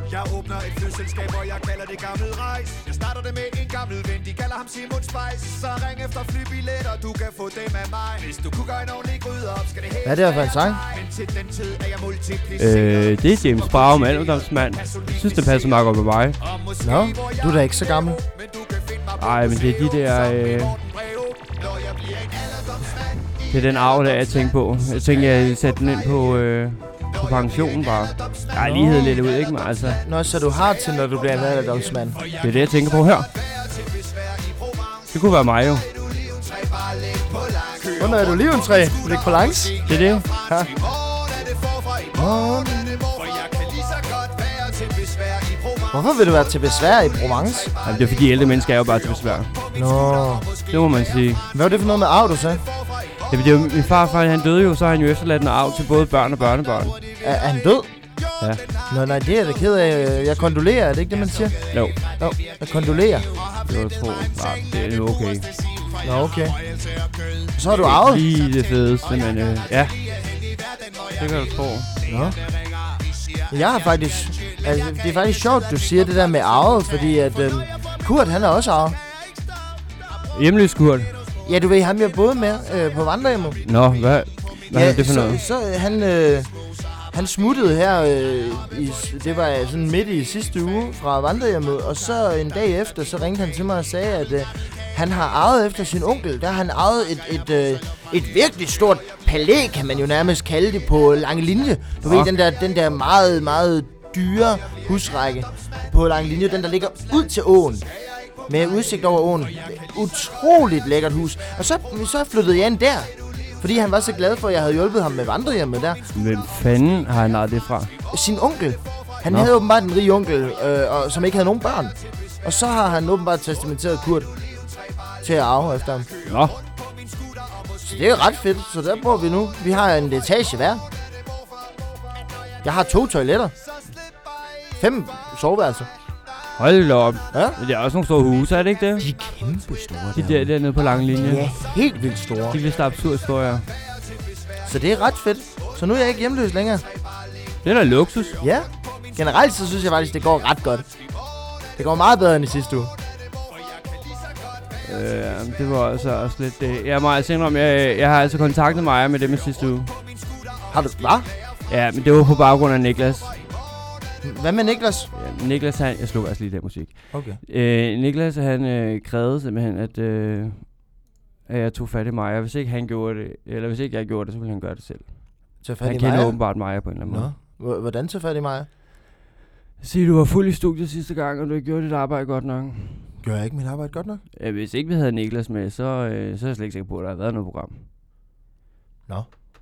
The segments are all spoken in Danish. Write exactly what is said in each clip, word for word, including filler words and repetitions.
Jeg åbner et flyselskab, og jeg kalder det Gammel Rejs. Jeg starter det med en gammel ven, de kalder ham Simon Spice. Så ring efter flybilletter, du kan få dem af mig. Hvis du kunne gøre en ordentlig gryde op, skal det helt. Hvad er det her for en sang? Men til den tid er jeg multipliceret. Øh, det er James Brown, alderdomsmand. Jeg synes, det passer meget godt med mig. Nå, du er da ikke så gammel. Ej, men det er de der... Øh, det er den arv, der jeg tænker på. Jeg tænker, jeg sætter den ind på, øh, på pensionen bare. Jeg har lige lidt ud, ikke? Men altså... Nå, så du har til, når du bliver en alderdomsmand. Det er det, jeg tænker på her. Det kunne være mig jo. Hvornår er du liventræ? Læg på langs. Det er det. Ja. Hvorfor vil du være til besvær i Provence? Jamen, det er fordi ældre mennesker er jo bare til besvær. Nå. Det må man sige. Hvad var det for noget med arv, du sagde? Jamen, det er jo, min farfar, han døde jo, så har han jo efterladt en arv til både børn og børnebørn. Er, er han død? Ja. Nå, nej, det er jeg da ked af. Jeg kondolerer, er det ikke det, man siger? Jo. Jo, jeg kondolerer. Det var jeg tro. Nej, det er jo okay. Nå, okay. Så har du arvet? Lige det fedeste, men øh, ja. Det kan du tro. Nå. Jeg har faktisk... Altså, det er faktisk sjovt, du siger det der med arvet, fordi at... Øh, Kurt, han er også arvet. Hjemløs Kurt? Ja, du ved, ham jeg boede med øh, på vandrehjemmet. Nå, hvad, hvad ja, er det for så, noget? Så han... Øh, han smuttede her, øh, i, det var sådan midt i sidste uge fra vandrehjemmet, og så en dag efter, så ringte han til mig og sagde, at øh, han har arvet efter sin onkel. Der har han arvet et, et, øh, et virkelig stort palæ, kan man jo nærmest kalde det, på Lange Linje. Du ja. ved, den der, den der meget, meget dyre husrække på Lange Linje, den der ligger ud til åen. Med udsigt over åen. Utroligt lækkert hus. Og så, så flyttede jeg ind der. Fordi han var så glad for, at jeg havde hjulpet ham med vandrehjemmet der. Hvem fanden har han arvet det fra? Sin onkel. Han Nå. havde åbenbart en rig onkel, øh, og, som ikke havde nogen børn. Og så har han åbenbart testamenteret Kurt til at arve efter ham. Nå. Så det er ret fedt, så der bor vi nu. Vi har en etage hver. Jeg har to toiletter. Fem soveværelser. Hold da op. Ja? Det er også nogle store huse, er det ikke det? De er kæmpe store. De der dernede på Lange Linje. De er helt vildt store. De er vist absurd historier. Så det er ret fedt. Så nu er jeg ikke hjemløs længere. Det er da luksus. Ja. Generelt så synes jeg faktisk, det går ret godt. Det går meget bedre end i sidste uge. Øh, det var altså også lidt... Øh, jeg må altså indrømme, jeg, jeg har altså kontaktet mig med det med sidste uge. Har du... Hvad? Ja, men det var på baggrund af Niklas. Hvad med Niklas? Ja, Niklas, han... Jeg slukker altså lige den musik. Okay. Øh, Niklas, han øh, krævede simpelthen, at, øh, at jeg tog fat i mig. Og hvis ikke han gjorde det, eller hvis ikke jeg gjorde det, så ville han gøre det selv. Tag fat han i kender Maja? åbenbart mig på en eller anden måde. Nå. Hvordan tager fat i mig? Sig, du var fuld i studiet sidste gang, og du har gjort dit arbejde godt nok. Gør jeg ikke mit arbejde godt nok? Ja, hvis ikke vi havde Niklas med, så, øh, så er jeg slet ikke sikker på, at der har været noget program. Nå.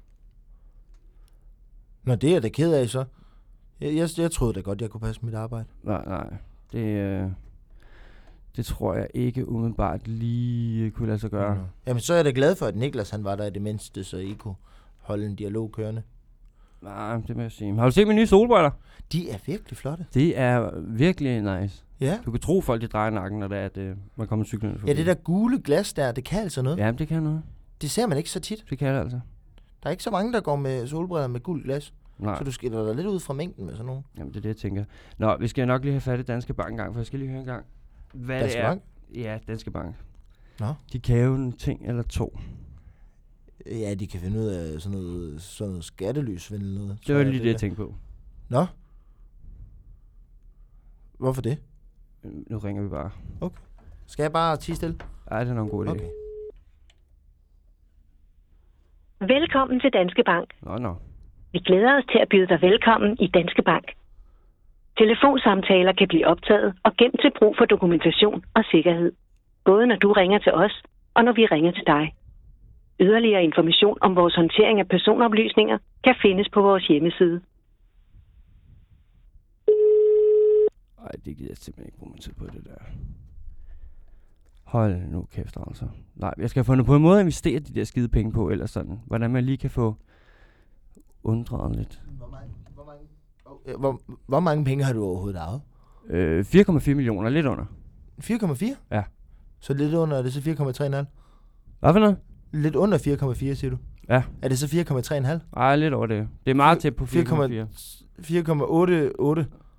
Nå, det er jeg da ked af, så. Jeg, jeg, jeg troede da godt, jeg kunne passe mit arbejde. Nej, nej. Det, øh, det tror jeg ikke umiddelbart lige kunne lade sig gøre. Nå. Jamen, så er jeg da glad for, at Niklas han var der i det mindste, så I kunne holde en dialog kørende. Nej, det må jeg sige. Har du set mine nye solbriller? De er virkelig flotte. Det er virkelig nice. Ja. Du kan tro, folk de drejer nakken, når det er, at øh, man kommer cyklen. Ja, det der gule glas der, det kan altså noget. Ja, det kan noget. Det ser man ikke så tit. Det kan det altså. Der er ikke så mange, der går med solbriller med gult glas. Nej. Så du skiller dig lidt ud fra mængden med sådan nogen. Jamen, det er det, jeg tænker. Nå, vi skal nok lige have fat i Danske Bank en gang, for jeg skal lige høre en gang, hvad Danske det er. Bank? Ja, Danske Bank. Nå. De kan jo en ting eller to. Ja, de kan finde ud af sådan noget, sådan noget skattelysvindel noget. Det var lige det, det, jeg tænkte på. Nå. Hvorfor det? Nu ringer vi bare. Okay. Skal jeg bare tie stille? Ej, det er nok en god idé. Okay. Velkommen til Danske Bank. Nå, nå. Vi glæder os til at byde dig velkommen i Danske Bank. Telefonsamtaler kan blive optaget og gemt til brug for dokumentation og sikkerhed. Både når du ringer til os, og når vi ringer til dig. Yderligere information om vores håndtering af personoplysninger kan findes på vores hjemmeside. Ej, det gider jeg simpelthen ikke bruge min tid på det der. Hold nu kæft, altså. Nej, jeg skal have fundet på en måde at investere de der skide penge på, eller sådan. Hvordan man lige kan få undret lidt. Hvor mange, hvor mange, oh, hvor, hvor mange penge har du overhovedet arvet? Øh, fire komma fire millioner, lidt under. fire komma fire? Ja. Så lidt under, er det så fire komma tre nul? Hvad for noget? Lidt under fire komma fire, siger du? Ja. Er det så fire komma tre nul? Ej, lidt over det. Det er meget tæt på fire komma fire. fire komma otte otte.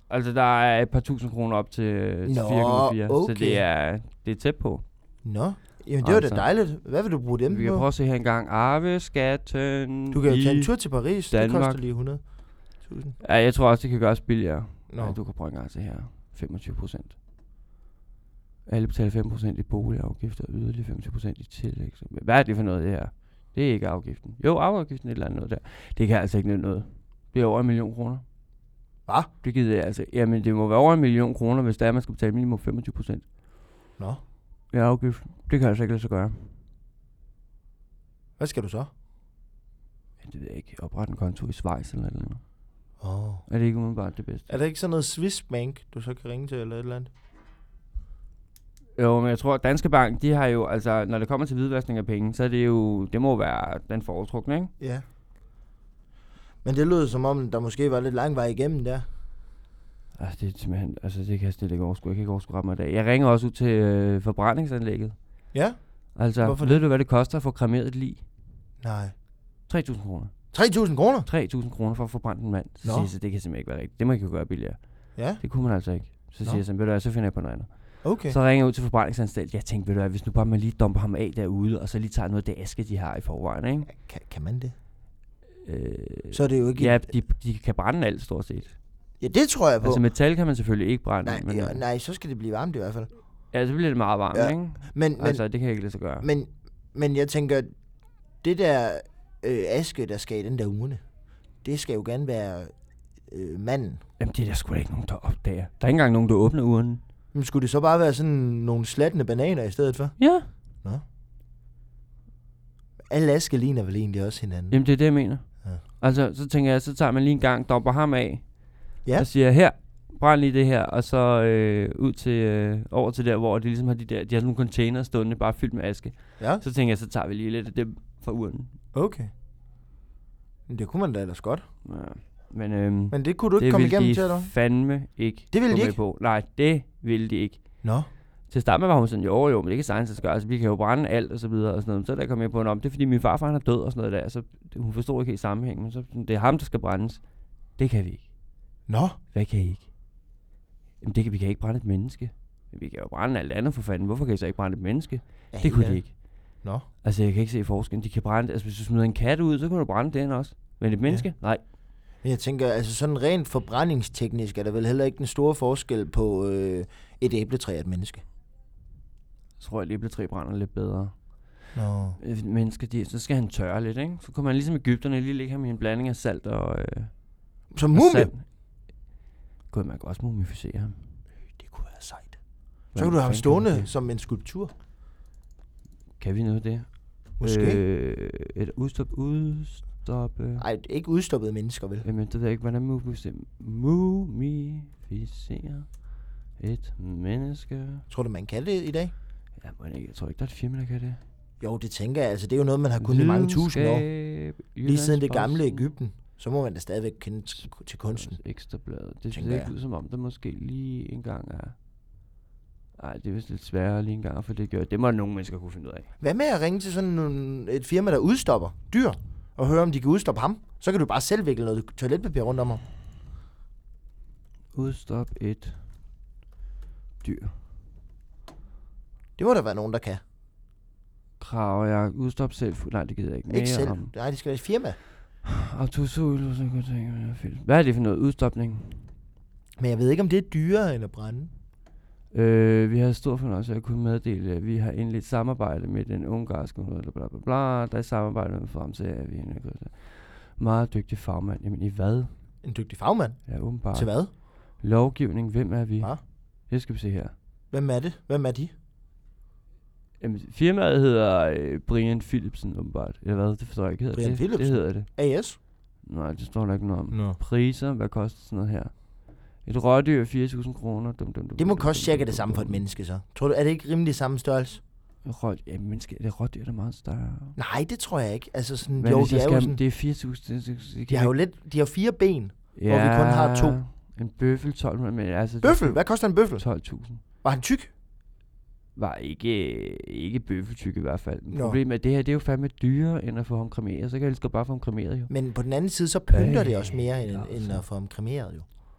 Altså, der er et par tusind kroner op til, til Nå, fire komma fire, okay. så det er, det er tæt på. Nå, jamen det var da Altså. dejligt. Hvad vil du bruge dem Vi kan på? prøve at se her engang. Arveskatten Du kan jo i tage en tur til Paris. Danmark. Det koster lige hundrede tusind. Ja, jeg tror også, det kan gøres billigere. Nå. Ja, du kan prøve en gang til her. femogtyve procent. Alle betaler fem procent i boligafgifter, og yderligere femogtyve procent i tillæg. Så hvad er det for noget, det her? Det er ikke afgiften. Jo, afgiften er et eller andet noget der. Det kan altså ikke nytte noget. Det er over en million kroner. Hvad? Det gider jeg altså. Jamen, det må være over en million kroner, hvis der er, man skal betale minimum femogtyve procent. Nå. Ja, afgiften. Det kan altså ikke lade sig gøre. Hvad skal du så? Ja, det ved jeg ikke. Oprette en konto i Schweiz eller noget. Åh. Oh. Er det ikke umiddelbart det bedste? Er der ikke sådan noget Swiss Bank, du så kan ringe til eller et eller andet? Jo, men jeg tror, at Danske Bank, de har jo, altså, når det kommer til hvidvaskning af penge, så er det jo, det må være den foretrukne, ikke? Ja. Men det lød som om, der måske var lidt lang vej igennem der. Altså, det er simpelthen, altså, det kan jeg slet ikke overskue. Jeg kan ikke overskue ret meget af. Jeg ringer også ud til øh, forbrændingsanlægget. Ja? Altså, Hvorfor ved det? du, hvad det koster at få kremeret et lig? Nej. tre tusind kroner. tre tusind kroner? tre tusind kroner for at få brændt en mand. Så Nå. siger jeg så, det kan simpelthen ikke være rigtigt. Det må jeg ikke gøre billigere. Ja? Det kunne man altså ikke. Så Nå. siger jeg sådan, ved du hvad, så finder jeg på noget andet. Okay. Så ringer jeg ud til forbrændingsanstalt. Jeg tænkte, ved du hvad, hvis nu bare man lige dumper ham af derude, og så lige tager noget af det aske, de har i forvejen, ikke? Kan, kan man det? Øh, Så er det jo ikke... ja, et- de, de kan brænde alt stort set. Ja, det tror jeg på. Altså metal kan man selvfølgelig ikke brænde. nej, men, ja, nej, så skal det blive varmt i hvert fald. Ja, så bliver det meget varmt, Ja. ikke? Men, men, Altså, det kan jeg ikke lade sig gøre. men, men jeg tænker, det der øh, aske, der skal i den der urne, det skal jo gerne være øh, manden. Jamen, det er der sgu da ikke nogen, der opdager. Der er ikke engang nogen, der åbner urnen. Men skulle det så bare være sådan nogle slattende bananer i stedet for? Ja. Alle aske ligner vel egentlig også hinanden. Jamen, det er det, jeg mener. Ja. Altså, så tænker jeg, så tager man lige en gang, dumper ham af, Ja. og siger, her, brænd lige det her, og så øh, ud til, øh, over til der, hvor de ligesom har de der, de har sådan nogle container stående, bare fyldt med aske. Ja, Så tænker jeg, så tager vi lige lidt af dem fra urnen. okay. Men det kunne man da ellers godt. Ja. Men, øhm, Men det kunne du ikke det komme ville igennem de til, eller? fandme ikke Det ville gå de med ikke? på. Nej, det ville de ikke. Nå. Til at starte med var hun sådan, jo jo, men det kan sagtens at gøre, altså vi kan jo brænde alt og så videre og sådan noget. Så der kom jeg på en om, det er fordi min farfar han er død og sådan noget der, så det, hun forstod ikke helt sammenhængen, men så det er ham, der skal brændes. Det kan vi ikke. Nå. Hvad kan I ikke? Jamen det kan vi kan ikke brænde et menneske. Men vi kan jo brænde alt andet for fanden. Hvorfor kan I så ikke brænde et menneske? Ja, Det kunne helt de ikke. Nå. Altså jeg kan ikke se forskellen. De kan brænde, altså hvis du smider en kat ud, så kan du brænde den også. Men et menneske? Nej. Men jeg tænker, altså sådan rent forbrændingsteknisk er der vel heller ikke den store forskel på øh, et æbletræ og et menneske. Så tror jeg, at æbletræ brænder lidt bedre. Nå. Øh, Mennesker, de, så skal han tørre lidt, ikke? Så kunne man ligesom Egypterne lige lægge ham i en blanding af salt og... Øh, Som og mumie? sand. Gud, man kan også mumificere ham. Det kunne være sejt. Så Hvordan kan du have ham fanden kan man stående det? som en skulptur. Kan vi noget af det? Måske. Øh, et udstop, udstoppe... Nej, ikke udstoppede mennesker, vel? Jamen, det ved jeg ikke, hvordan mumificere... Mumificere et menneske... Tror du, man kan det i dag? Ja, må jeg ikke. Jeg tror ikke, der er et firma, der kan det. Jo, det tænker jeg. Altså, det er jo noget, man har kunnet i mange tusind år. Videnskab, Lige siden det gamle Jyllands-Posten, Egypten. Så må man da stadigvæk kende t- til kunsten. Ekstrabladet. Det Tænker ser ikke jeg. ud som om, der måske lige engang er... Nej, det er vist lidt sværere lige engang, for det gør. Det må nogle mennesker kunne finde ud af. Hvad med at ringe til sådan nogle, et firma, der udstopper dyr, og høre, om de kan udstoppe ham? Så kan du bare selv vikle noget toiletpapir rundt om ham. Udstop et dyr. Det må der være nogen, der kan. Krav, jeg udstop selv. fu- Nej, det gider jeg ikke. Ikke selv. Om. Nej, det skal være et firma. Autosol, så kan jeg tænke mig, fedt. Hvad er det for noget udstopning? Men jeg ved ikke, om det er dyrere end at brænde. Øh, vi har stor fornøjelse af at kunne meddele, at vi har indledt samarbejde med den ungarske, bla bla bla, bla. Der er samarbejde med frem til, at vi er en meget dygtig fagmand. Jamen i hvad? En dygtig fagmand. Ja, åbenbart. Til hvad? Lovgivning, hvem er vi? Hva? Det skal vi se her. Hvem er det? Hvem er de? Jamen, firmaet hedder øh, Brian Philipsen, åbenbart. Eller hvad? Det forstår jeg ikke. Hedder Brian det? Philipsen? Det hedder det. A S? Nej, det står der ikke noget om. Nå. Priser, hvad koster sådan noget her? Et rådyr, fire tusind kroner. Dum, dum, dum, Det må dum, koste dum, cirka dum, det samme dum, for et dum. menneske, så. Tror du, er det ikke rimelig samme størrelse? Råd, ja, menneske, det er rådyr, der er meget større. Nej, det tror jeg ikke. Altså sådan, Men jo, hvis de jeg er jo skal, sådan, det er fire tusind. Det, det, det, det de har jo lidt, de har fire ben. ja, hvor vi kun har to. En bøffel, tolv hundrede, men altså... Bøffel? Hvad koster en bøffel? tolv tusind. Var han tyk? Var ikke, ikke bøffeltyk i hvert fald. Nå. Problemet er, at det her, det er jo fandme dyrere, end at få ham kremeret. Så kan jeg lige bare få ham kremeret, jo. Men på den anden side, så pynter Øh, det også mere, end, altså. end at få ham kremeret, jo.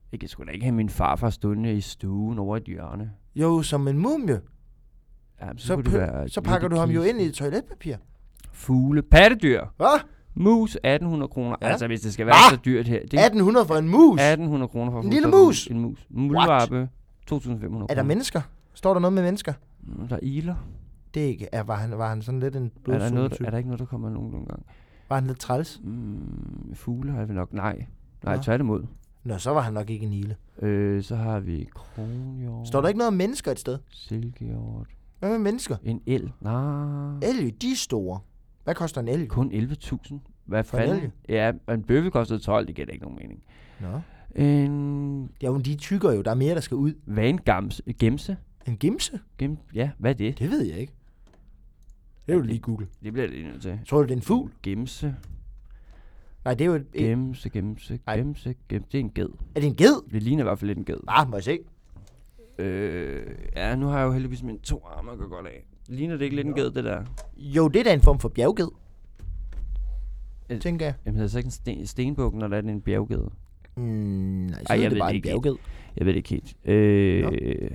Jeg kan sgu da ikke have min farfar stående i stuen over et hjørne. Jo, som en mumie. Ja, så, Så, kunne det pø- være så pakker du ham jo kisten. ind i toiletpapir. Fugle. Pattedyr. Hvad? Mus. atten hundrede kroner. Ja. Altså, hvis det skal være Hva? så dyrt her. Det er atten hundrede for en mus? atten hundrede kroner for at En få lille sådan mus? En mus. Muldvarpe. to tusind fem hundrede Er der kroner. mennesker? Står der noget med mennesker? Mm, Der er iler. Det er ikke. Er, var, han, var han sådan lidt en Er der, blodsuger noget, type? er der ikke noget, der kommer nogen nogle gange? Var han lidt træls? Mm, fugle har vi nok. Nej. Nej, Nå. tværtimod. Nå, så var han nok ikke en ile. Øh, så har vi kronhjort. Står der ikke noget om mennesker et sted? Silkehjort. Hvad med mennesker? En el. Nej. Elg, de er store. Hvad koster en elg? Kun elleve tusind. Hvad For en fanden? elg? Ja, og en bøffe kostede tolv. Det giver da ikke nogen mening. Nå. En Ja, men de tykker jo. Der er mere, der skal ud. Hvad er en gams, gemse? En gimse? Gem, ja, hvad er det? Det ved jeg ikke. Det vil du lige google. Det bliver jeg lige nødt til. Tror du, det er en fugl? Gemse, Nej, det er jo et... et gemse, gemse, Ej. gemse, gemse. Det er en ged. er det en ged? Det ligner i hvert fald lidt en ged. Ah, må jeg se. Øh, ja, nu har jeg jo heldigvis mine to arme at gå godt af. Ligner det ikke lidt en ged, det der? Jo, det er da en form for bjergged. Øh, Tænker jeg. Jamen, hedder det så ikke en sten, stenbuk, når der er det en bjergged? Mm, nej, så Ej, er jeg det ved bare det en ikke. bjergged. Jeg ved det ikke helt. Øh,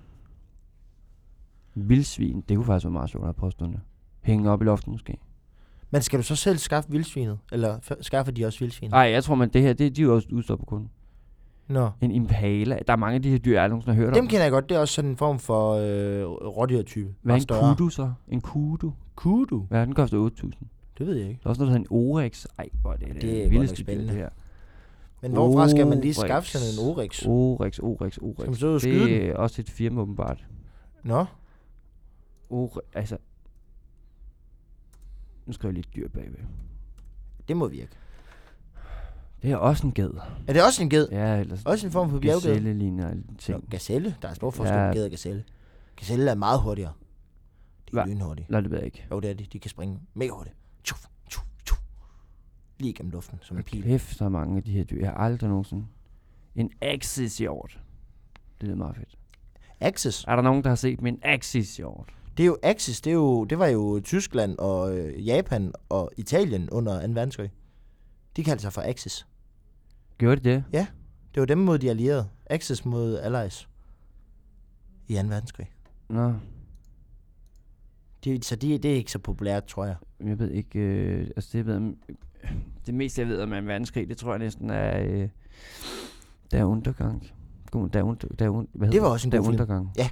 vildsvin, det kunne faktisk være meget sjovt at have påstående. Hænge op i loftet måske. Men skal du så selv skaffe vildsvinet? Eller f- skaffer de også vildsvinet? Nej, jeg tror, man det her, det, de er jo også udstået på kunden. Nå. En impala. Der er mange af de her dyr, jeg aldrig nogensinde har hørt Dem om. kender jeg godt. Det er også sådan en form for øh, rådyrtype. Hvad er en Bare større. kudu så? En kudu? Kudu? Ja, den koster otte tusind. Det ved jeg ikke. Der er også noget, der hedder en oryx. Ej, hvor er det, Det er det, godt det nok vildeste dyr, spændende. det her. Men hvorfra skal man lige Oryx. skaffe sådan en oryx? Oryx, oryx, oryx. Skal man så ud og skyde Det den? er også et firma åbenbart. Nå. Oryx, altså... Nu skal jeg lige et dyr bagved. Det må virke. Det er også en ged. Er det også en ged? Ja, ellers... Også en form for bjergged? Gazelle ligner Nå, ting. gazelle. Der er stor forskel Ja. på ged og gazelle. Gazelle er meget hurtigere. De er Hva? lynhurtige. Nej, det ved jeg ikke. Jo, det er de. De kan springe mega hurtigt. Tjuf, tjuf, tjuf. Lige gennem luften, som en pil. Kæft, der er mange af de her dyr. Jeg har aldrig nogensinde... En axis-hjort. Det lyder meget fedt. Axis. Er der nogen, der har set min axis-hjort? Det er jo Axis. Det, er jo, det var jo Tyskland og øh, Japan og Italien under anden verdenskrig. De kaldte sig for Axis. Gjorde de det? Det var dem mod de allierede. Axis mod Allies. I anden verdenskrig. Nå, De, så de, det er ikke så populært, tror jeg. jeg ved ikke... Øh, altså, det, jeg ved, om- det meste, jeg ved om en verdenskrig, det tror jeg næsten er... Øh, der undergang. God, der under, der under, hvad Det hedder var også en der god film. undergang. Ja.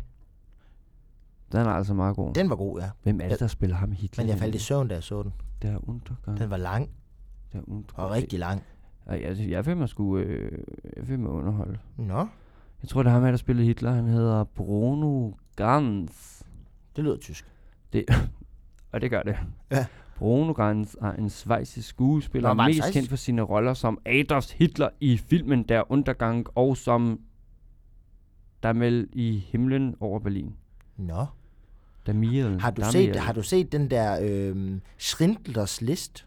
Den er altså meget god. Den var god, ja. Hvem er det, Ja. der spiller ham i Hitler? Men jeg faldt i søvn, da jeg så den. Der undergang. Den var lang Der undergang. og rigtig lang. Ej, altså, jeg vil mig sgu... Øh, jeg vil mig underholde. Nå, Jeg tror, det er ham her, der spillede Hitler. Han hedder Bruno Ganz. det lyder tysk. Og det gør det. Ja. Bruno Ganz er en schweizisk skuespiller, Nå, var han mest schweizisk? kendt for sine roller som Adolf Hitler i filmen Der Undergang og som Damel i himlen over Berlin. Nå. Damiel. Har du, Damiel. set, har du set den der øh, Schindlers List?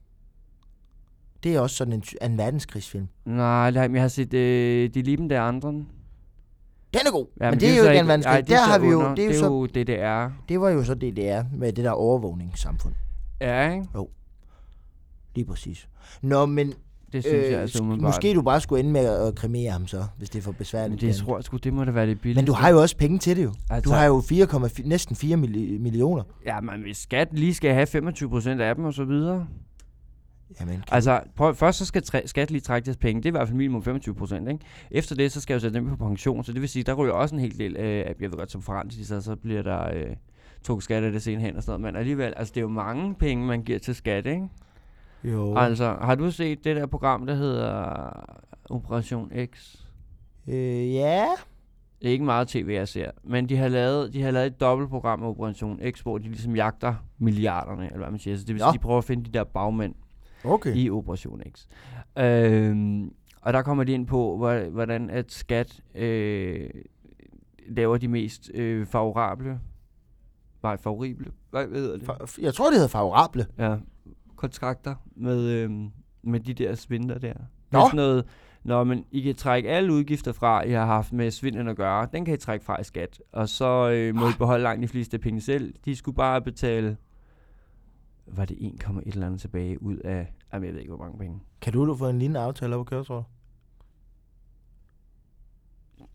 Det er også sådan en, ty- en verdenskrigsfilm. Nej, det har, jeg har set øh, De Lieben der Andre. Den er god, Ja, men, det er jo ikke en verdenskrig. Der har vi jo, det er jo det er så, jo D D R. det var jo så D D R med det der overvågningssamfund. Ja, ikke? Lige præcis. Nå, men Det synes øh, jeg er sk- så umiddelbart. måske du bare skulle ende med at, at kremere ham så, hvis det er for Men besværligt. det Men, tror jeg sgu, det må da være det billigste. men du har jo også penge til det jo. Altså, Du har jo fire komma fire næsten fire milli- millioner. Ja, men hvis skat lige skal have femogtyve procent af dem og så videre. Jamen, kan Altså, prøv, først så skal træ, skat lige trække deres penge. Det er i hvert fald minimum femogtyve procent, ikke? Efter det, så skal jeg jo sætte dem på pension. Så det vil sige, der ryger også en hel del. Øh, jeg ved godt, som forandret, så bliver der øh, to skat af det senere hen og sådan noget. Men alligevel, altså det er jo mange penge, man giver til skat, ikke? jo. Altså, har du set det der program, der hedder Operation X? Øh, ja. Det er ikke meget tv, jeg ser. Men de har lavet, de har lavet et dobbeltprogram med Operation X, hvor de ligesom jagter milliarderne, eller hvad man siger. Så det vil sige, Nå. de prøver at finde de der bagmænd Okay. i Operation X. Øhm, og der kommer de ind på, hvor- hvordan at skat øh, laver de mest øh, favorable, nej, favorible, hvad hedder det? Fa- Jeg tror, det hedder favorable. Ja, kontrakter med, øh, med de der svindler der. Det Nå. er sådan noget, når man, I kan trække alle udgifter fra, I har haft med svindlen at gøre, den kan I trække fra i skat. Og så øh, må I beholde langt de fleste penge selv. De skulle bare betale, var det en komma et eller andet tilbage ud af, jamen jeg ved ikke hvor mange penge. Kan du, du få en lignende aftale op at køre, tror du?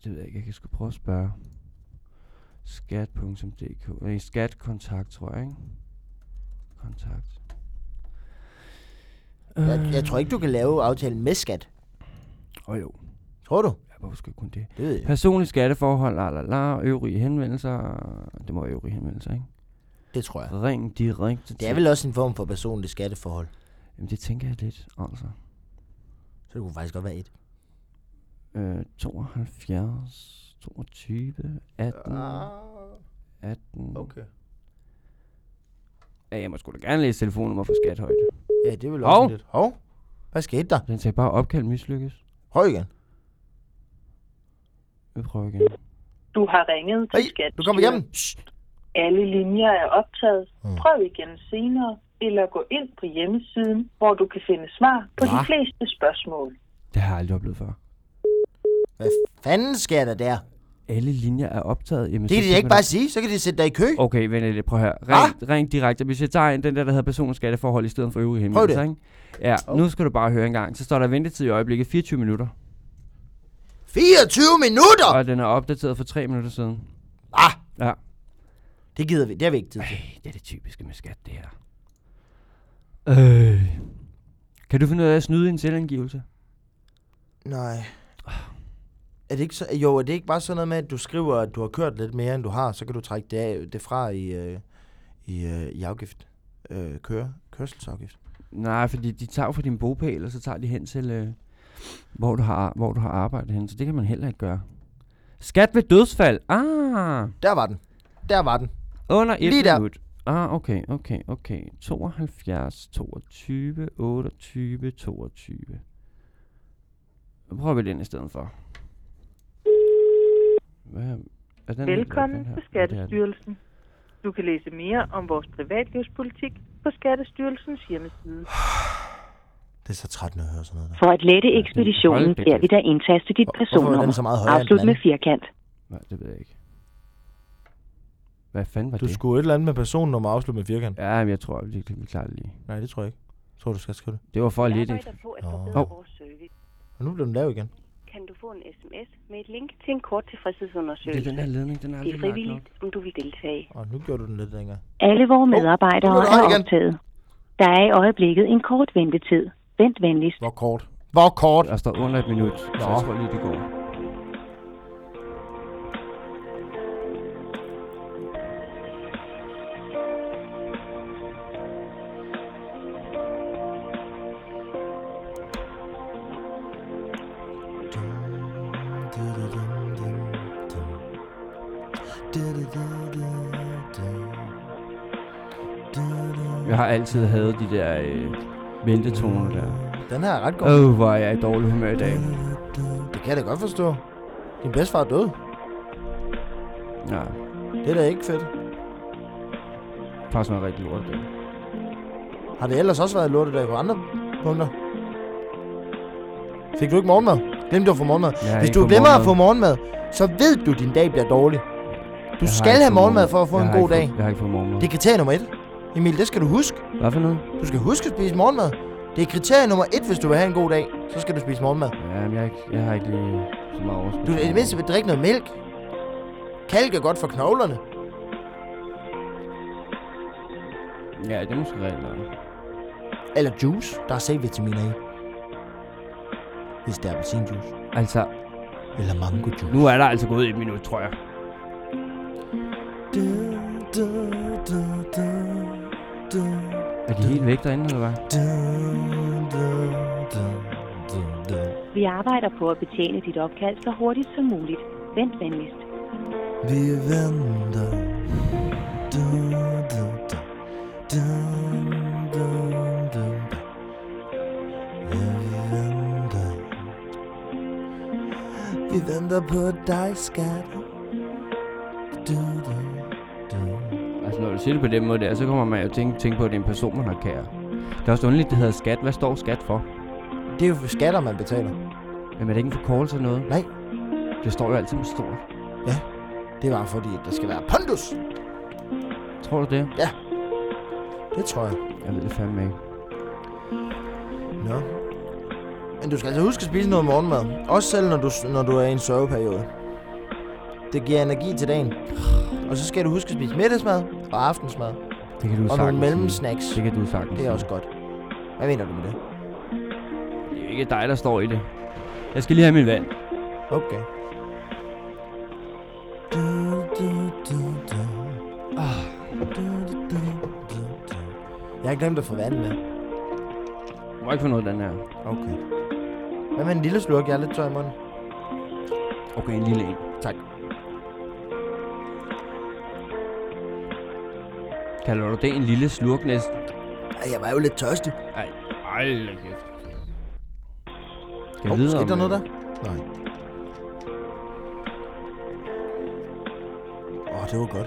Det ved jeg ikke. Jeg kan sgu prøve at spørge. Skat punktum d k. Nej, skat kontakt, tror jeg, ikke? Kontakt. Jeg, jeg tror ikke, du kan lave aftalen med skat. Åh oh, jo. Tror du? Ja, hvorfor skal jeg kunne det? Det ved jeg. Personlige skatteforhold, la la la, øvrige henvendelser. Det må være øvrige henvendelser, ikke? Det tror jeg. Ring direkte. Det er vel også en form for personligt skatteforhold. Jamen, det tænker jeg lidt, altså. Så det kunne faktisk godt være et. Øh, tooghalvfjerds, toogtyve, atten, atten. Okay. Ja, jeg må sgu da gerne læse telefonnummer for skathøjde. Ja, det er vel også Hov. lidt. Hov. Hvad skete der? Den sagde bare opkald mislykkes. Prøv igen. Vi prøver igen. Du har ringet til Hey, Skat. du kommer hjem. Shh. Alle linjer er optaget. Hmm. Prøv igen senere, eller gå ind på hjemmesiden, hvor du kan finde svar på Hva? de fleste spørgsmål. Det har jeg aldrig oplevet før. Hvad fanden sker der der? Alle linjer er optaget. Jamen, Det kan så de ikke simpelthen- bare sige. Så kan de sætte dig i kø. Okay, vent lidt. Prøv her. Ring, ring direkte. Hvis jeg tager en, den der, der hedder personlig skatteforhold i stedet for øvrige henvendelser, det. ikke? Ja, Oh. nu skal du bare høre en gang. Så står der ventetid i øjeblikket fireogtyve minutter. fireogtyve minutter! Og den er opdateret for tre minutter siden. Ah, Ja. det gider vi. Det har vi ikke tid til. Ej, det er det typiske med skat, det her. Øh. Kan du finde ud af at snyde en selvangivelse? Nej. Er det ikke så, jo, er det ikke bare sådan noget med, at du skriver, at du har kørt lidt mere, end du har, så kan du trække det, af, det fra i, øh, i, øh, i afgift. Øh, køre, kørselsafgift. Nej, fordi de tager jo for din bopæl, og så tager de hen til, øh, hvor, du har, hvor du har arbejdet hen. Så det kan man heller ikke gøre. Skat ved dødsfald. Ah, Der var den. Der var den. under et Lige der. minut. Ah, okay, okay, okay. tooghalvfjerds, toogtyve, otteogtyve, toogtyve. Nu prøver vi den i stedet for. Hvad er den Velkommen her? til Ja, det er den. Skattestyrelsen. Du kan læse mere om vores privatlivspolitik på Skattestyrelsens hjemmeside. Det er så træt, når jeg hører sådan noget der. For at lette Ja, ekspeditionen hold da beder vi kæft. dig indtaste dit Hvor- hvorfor er den personnummer. så meget højere end Afslut den med anden? firkant. Nej, det ved jeg ikke. Hvad fanden var Du det? skulle et eller andet med personnummer afslutte med firkant. Ja, men jeg tror, vi, vi klarer det lige. Nej, det tror jeg ikke. Jeg tror, du skal skrive det. Det var for lidt. arbejder på at Nå. forbedre Hov. vores service. Og nu bliver den lav igen. Kan du få en sms med et link til en kort Det er tilfredshedsundersøgelse? den her ledning, den er Det aldrig er lagt nok. frivilligt, om du vil deltage. Og nu gjorde du den lidt længere. Alle vores medarbejdere nu er du høj er igen. optaget. Der er i øjeblikket en kort ventetid. Vent venligst. Hvor kort? Hvor kort? Der står under et minut, så Nå. jeg tror lige, det går. Jeg har altid hadet de der øh, ventetoner der. Den her er ret god. Åh, oh, hvor er jeg i dårlig humør i dag. Det kan jeg da godt forstå. Din bedstefar er død. Ja, Det er da ikke fedt. faktisk noget rigtig lort det. Har det ellers også været lortedag på andre punkter? Fik du ikke morgenmad? Glemte du at få morgenmad? Jeg har Hvis ikke du fået glemmer at morgenmad. få morgenmad, så ved du, at din dag bliver dårlig. Du Jeg har skal ikke have fået morgenmad for at få Jeg en har god ikke dag. fået- Jeg har ikke fået morgenmad. Det er kriterie nummer et. Emil, det skal du huske. Hvad for noget? Du skal huske at spise morgenmad. Det er kriterie nummer et, hvis du vil have en god dag. Så skal du spise morgenmad. Ja, men jeg, er ikke, jeg har ikke lige så meget overskud. Du i det mindste vil drikke noget mælk. Kalk er godt for knoglerne. Ja, det er måske rigtigt. Eller juice. Der er C-vitaminer i. Hvis det er appelsinjuice. Altså, Eller mango juice. nu er der altså gået et minut, tror jeg. Du, du, du, du, du, Er de helt væk derinde, eller hvad? du, du, du, du, du. Vi arbejder på at betjene dit opkald så hurtigt som muligt. Vent venligst. Vi venter. Du, du, du. Du, du, du. Ja, vi venter. Vi venter på dig, skat. Du, du, du. Altså, når du siger det på den måde der, så kommer man jo tænke, tænke på, at det er en person, man har kære. Det er også underligt, det hedder skat. Hvad står skat for? Det er jo for skatter, man betaler. Jamen, er det ikke en forkortelse af noget? Nej, Det står jo altid med stort. det var fordi, at der skal være pondus. Tror du det? Det tror jeg. Jeg ved det fandme ikke. Nå. Men du skal altså huske at spise noget morgenmad. Også selv når du, når du er i en sørgeperiode. Det giver energi til dagen. Og så skal du huske at spise middagsmad og aftensmad. Det kan du Og sagtens nogle sige. mellemsnacks. Det kan du sagtens. Det er også godt. Hvad mener du med det? Det er jo ikke dig, der står i det. Jeg skal lige have min vand. Okay. Du, du, du, du. Ah. Du, du, du, du, du. Jeg har glemt at få vand med. Du må ikke få noget af den her. Okay. Hvad med en lille slurk? Jeg er lidt tør i munden. Okay, en lille en. Tak. Kalder du det en lille slurk næsten? Ej, jeg var jo lidt tørstig. Ej, ej, kæft. Skal Åh, vi videre skete der om, noget der? øh, Nej. Åh, oh, det var godt.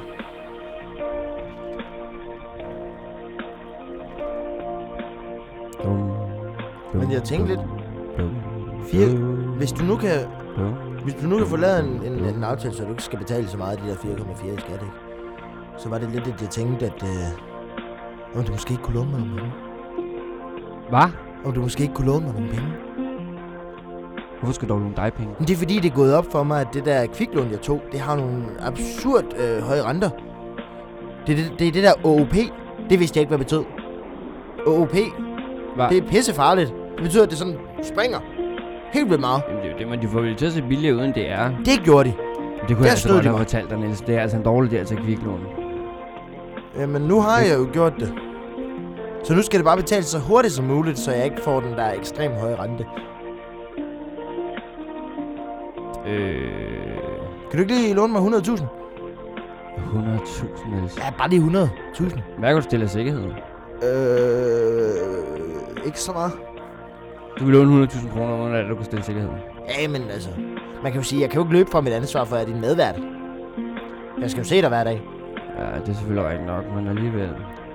Dum, dum, Men jeg tænkte lidt. dum, Fire, dum, hvis du nu kan, dum. hvis du nu kan få lavet en, en, en aftale, så du ikke skal betale så meget af de der fire komma fire i skat, ikke? Så var det lidt, at jeg tænkte, at øh, om du måske ikke kunne låne mig nogle penge. Hvad? Om du måske ikke kunne låne mig nogle penge. Hvorfor skal du låne dig penge? Men det er fordi, det er gået op for mig, at det der kviklån, jeg tog, det har nogle absurd øh, høje renter. Det er det, det er det der O O P. Det vidste jeg ikke, hvad det betød. O O P, Hvad? det er pissefarligt. Det betyder, at det sådan springer helt vildt meget. Jamen, det er jo det, man de får vel til at se billigere uden det er. Det gjorde de. Det kunne Der jeg altså snød godt de have mig. fortalt dig, Niels. Det er altså en dårlig del til kviklån. Jamen, nu har jeg jo gjort det. Så nu skal det bare betales så hurtigt som muligt, så jeg ikke får den der ekstremt høje rente. Øh... Kan du ikke lige låne mig hundrede tusind? hundrede tusind, Niels. Ja, bare lige hundrede tusind. Hvad kan du stille af sikkerhed? Øh... Ikke så meget. Du vil låne hundrede tusind kroner, uden at du kan stille sikkerhed. Ja, men altså... Man kan jo sige, jeg kan jo ikke løbe fra mit ansvar for, at jeg er din medvært. Jeg skal jo se dig hver dag. Ja, det er selvfølgelig ikke nok, men alligevel...